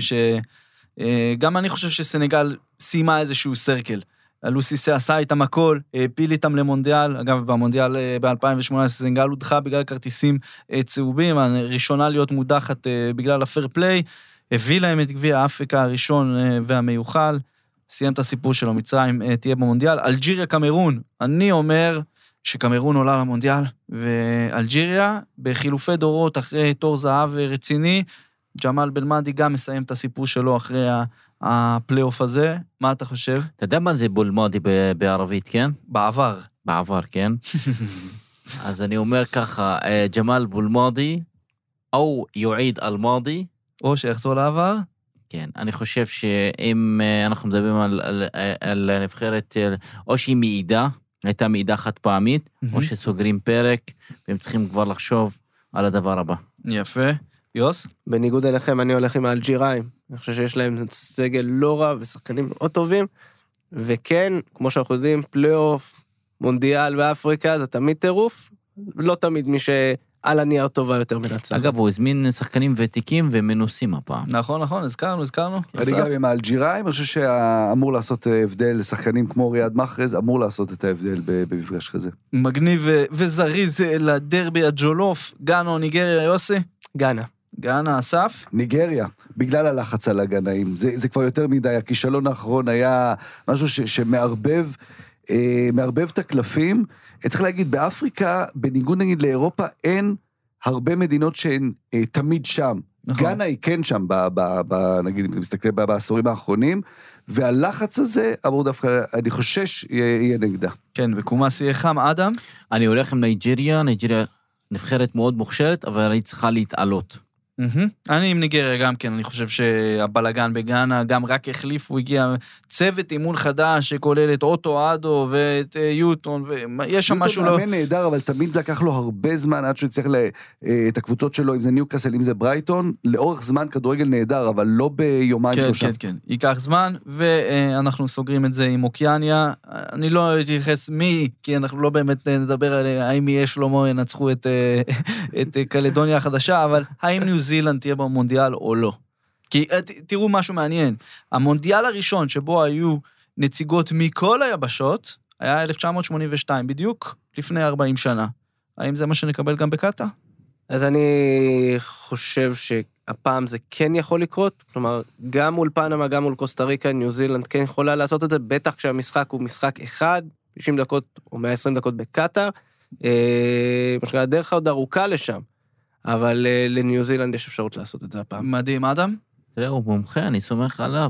Speaker 2: שגם אני חושב שסנגל סיימה איזשהו סרקל. לוסיסה עשה איתם הכל, הפיל איתם למונדיאל, אגב במונדיאל ב-אלפיים ושמונה עשרה סנגל הודחה בגלל כרטיסים צהובים, הראשונה להיות מודחת בגלל הפייר פליי, הביא להם את גביע אפריקה הראשון והמיוחל, סיים את הסיפור שלו, מצרים תהיה במונדיאל, אלג'יריה קמרון, אני אומר שקמרון עולה למונדיאל, ואלג'יריה בחילופי דורות אחרי תור זהב רציני, ג'מאל בלמדי גם מסיים את הסיפור שלו אחרי הפלייאוף הזה, מה אתה חושב?
Speaker 4: אתה יודע מה זה בולמודי בערבית, כן?
Speaker 2: בעבר.
Speaker 4: בעבר, כן? אז אני אומר ככה, ג'מאל בולמודי, או יועיד אלמודי,
Speaker 2: או שיחזור לעבר?
Speaker 4: כן, אני חושב שאם אנחנו מדברים על, על, על נבחרת, או שהיא מעידה, הייתה מעידה חד פעמית, mm-hmm. או שסוגרים פרק, והם צריכים כבר לחשוב על הדבר הבא.
Speaker 2: יפה. יוס?
Speaker 3: בניגוד אליכם, אני הולך עם האלג'יראים. אני חושב שיש להם סגל לא רע ושחקנים מאוד טובים, וכן, כמו שאנחנו יודעים, פלייאוף, מונדיאל באפריקה, זה תמיד טירוף, לא תמיד מי שעל הנייר טובה יותר מנצח.
Speaker 4: אגב, הוא הזמין שחקנים ותיקים ומנוסים הפעם.
Speaker 2: נכון, נכון, הזכרנו, הזכרנו.
Speaker 5: אני גם עם האלג'יראים, אני חושב שאמור לעשות הבדל לשחקנים כמו ריאד מחרז, אמור לעשות את ההבדל במפגש כזה.
Speaker 2: מגניב וזריז לדרבי הג'ולוף, גאנו, ניגריה, יוסי?
Speaker 3: גאנה.
Speaker 2: גאנה, אסף?
Speaker 5: ניגריה, בגלל הלחץ על הגנאים, זה, זה כבר יותר מדי, הכישלון האחרון היה משהו ש, שמערבב, אה, מערבב את הקלפים, צריך להגיד, באפריקה, בניגוד נגיד לאירופה, אין הרבה מדינות שהן אה, תמיד שם, נכון. גאנה היא כן שם, ב, ב, ב, נגיד, אם אתה מסתכל ב, בעשורים האחרונים, והלחץ הזה, אמור דווקא, אני חושש, יהיה, יהיה נגדה.
Speaker 2: כן, וקומאס יהיה חם, אדם?
Speaker 4: אני הולך עם ניג'יריה, ניג'יריה נבחרת מאוד מוכשרת, אבל היא צריכה להתעלות.
Speaker 2: אני עם ניגריה גם כן, אני חושב שהבלגן בגאנה גם רק החליפו, הגיע צוות אימון חדש שכולל את אוטו אדו ואת יוטון, ויש שם משהו לא...
Speaker 5: יוטון מאמן נהדר, אבל תמיד לקח לו הרבה זמן עד שהוא צריך את הקבוצות שלו, אם זה ניוקאסל, אם זה ברייטון, לאורך זמן כדורגל נהדר, אבל לא ביומיים שלושה.
Speaker 2: כן, כן, כן, ייקח זמן, ואנחנו סוגרים את זה עם אוקיאניה. אני לא אתייחס מי, כי אנחנו לא באמת נדבר על האם יהיה שלמה ינצחו את קלדוניה החדשה, אבל האם ניו זילנד תהיה במונדיאל או לא. כי תראו משהו מעניין, המונדיאל הראשון שבו היו נציגות מכל היבשות, היה אלף תשע מאות שמונים ושתיים, בדיוק לפני ארבעים שנה. האם זה מה שנקבל גם בקטה?
Speaker 3: אז אני חושב שהפעם זה כן יכול לקרות, כלומר, גם מול פנמה, גם מול קוסטה ריקה, ניו זילנד כן יכולה לעשות את זה, בטח כשהמשחק הוא משחק אחד, תשעים דקות או מאה ועשרים דקות בקטר, מה שקרה, דרך עוד ארוכה לשם, אבל לניו זילנד יש אפשרות לעשות את זה הפעם.
Speaker 2: מדהים, אדם?
Speaker 4: תראה, הוא מומחה, אני סומך עליו.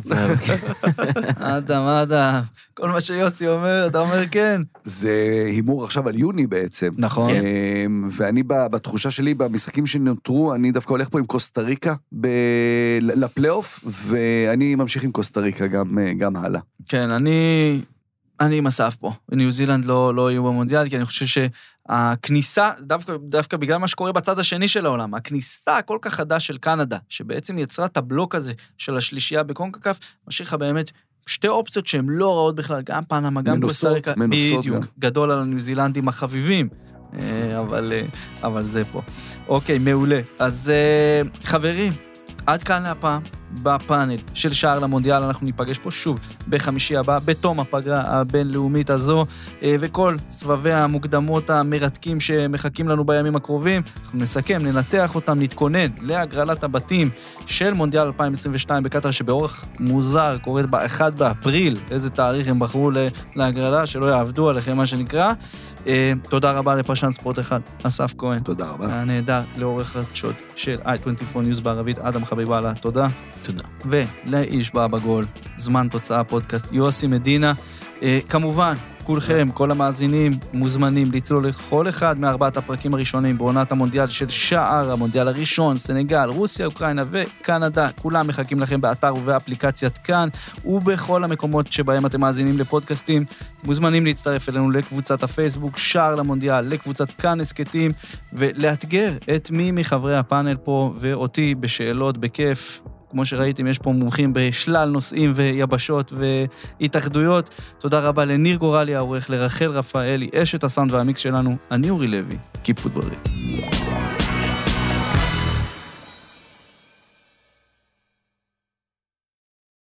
Speaker 2: אדם, אדם, כל מה שיוסי אומר, אתה אומר כן.
Speaker 5: זה הימור עכשיו על יוני בעצם.
Speaker 2: נכון.
Speaker 5: ואני בתחושה שלי, במשחקים שנותרו, אני דווקא הולך פה עם קוסטה ריקה לפלייאוף, ואני ממשיך עם קוסטה ריקה גם הלאה.
Speaker 2: כן, אני... אני עם אסף פה. ניו זילנד לא, לא יהיו במונדיאל, כי אני חושב שהכניסה, דווקא, דווקא בגלל מה שקורה בצד השני של העולם, הכניסה הכל כך חדה של קנדה, שבעצם יצרה את הבלוק הזה של השלישייה בקונקקף, משאיר לך באמת שתי אופציות שהן לא רעות בכלל, גם פנמה, גם קוסטה ריקה, בדיוק, גם. גדול על הניו זילנדים החביבים, אבל, אבל זה פה. אוקיי, מעולה. אז חברים, עד כאן להפעם, בפאנל של שער למונדיאל, אנחנו ניפגש פה שוב בחמישי הבא, בתום הפגרה הבינלאומית הזו, וכל סבבי המוקדמות המרתקים שמחכים לנו בימים הקרובים, אנחנו נסכם, ננתח אותם, נתכונן להגרלת הבתים של מונדיאל אלפיים עשרים ושתיים בקטר, שבאורך מוזר קורית ב-אחד באפריל, איזה תאריך הם בחרו להגרלה, שלא יעבדו עליכם מה שנקרא. תודה רבה לפרשן ספורט אחד, אסף כהן.
Speaker 5: תודה רבה.
Speaker 2: הנהדר לעורך חדשות של איי עשרים וארבע News בערבית, אדם חביבאללה, תודה.
Speaker 4: תודה.
Speaker 2: ולאיש בא בגול, זמן תוצאה פודקאסט, יוסי מדינה. אה, כמובן, כולכם, כל המאזינים, מוזמנים לצלול לכל אחד מארבעת הפרקים הראשונים בעונת המונדיאל של שער, המונדיאל הראשון, סנגל, רוסיה, אוקראינה וקנדה, כולם מחכים לכם באתר ובאפליקציית כאן, ובכל המקומות שבהם אתם מאזינים לפודקאסטים, מוזמנים להצטרף אלינו לקבוצת הפייסבוק, שער למונדיאל, לקבוצת כאן הסקטים, ולאתגר את מי מחברי הפאנל פה ואותי בשאלות בכיף. כמו שראיתם, יש פה מומחים בשלל נושאים ויבשות והתאחדויות. תודה רבה לניר גורלי העורך, לרחל רפאלי, אשת הסאונד והמיקס שלנו. אני אורי לוי, קיפ פוטבול.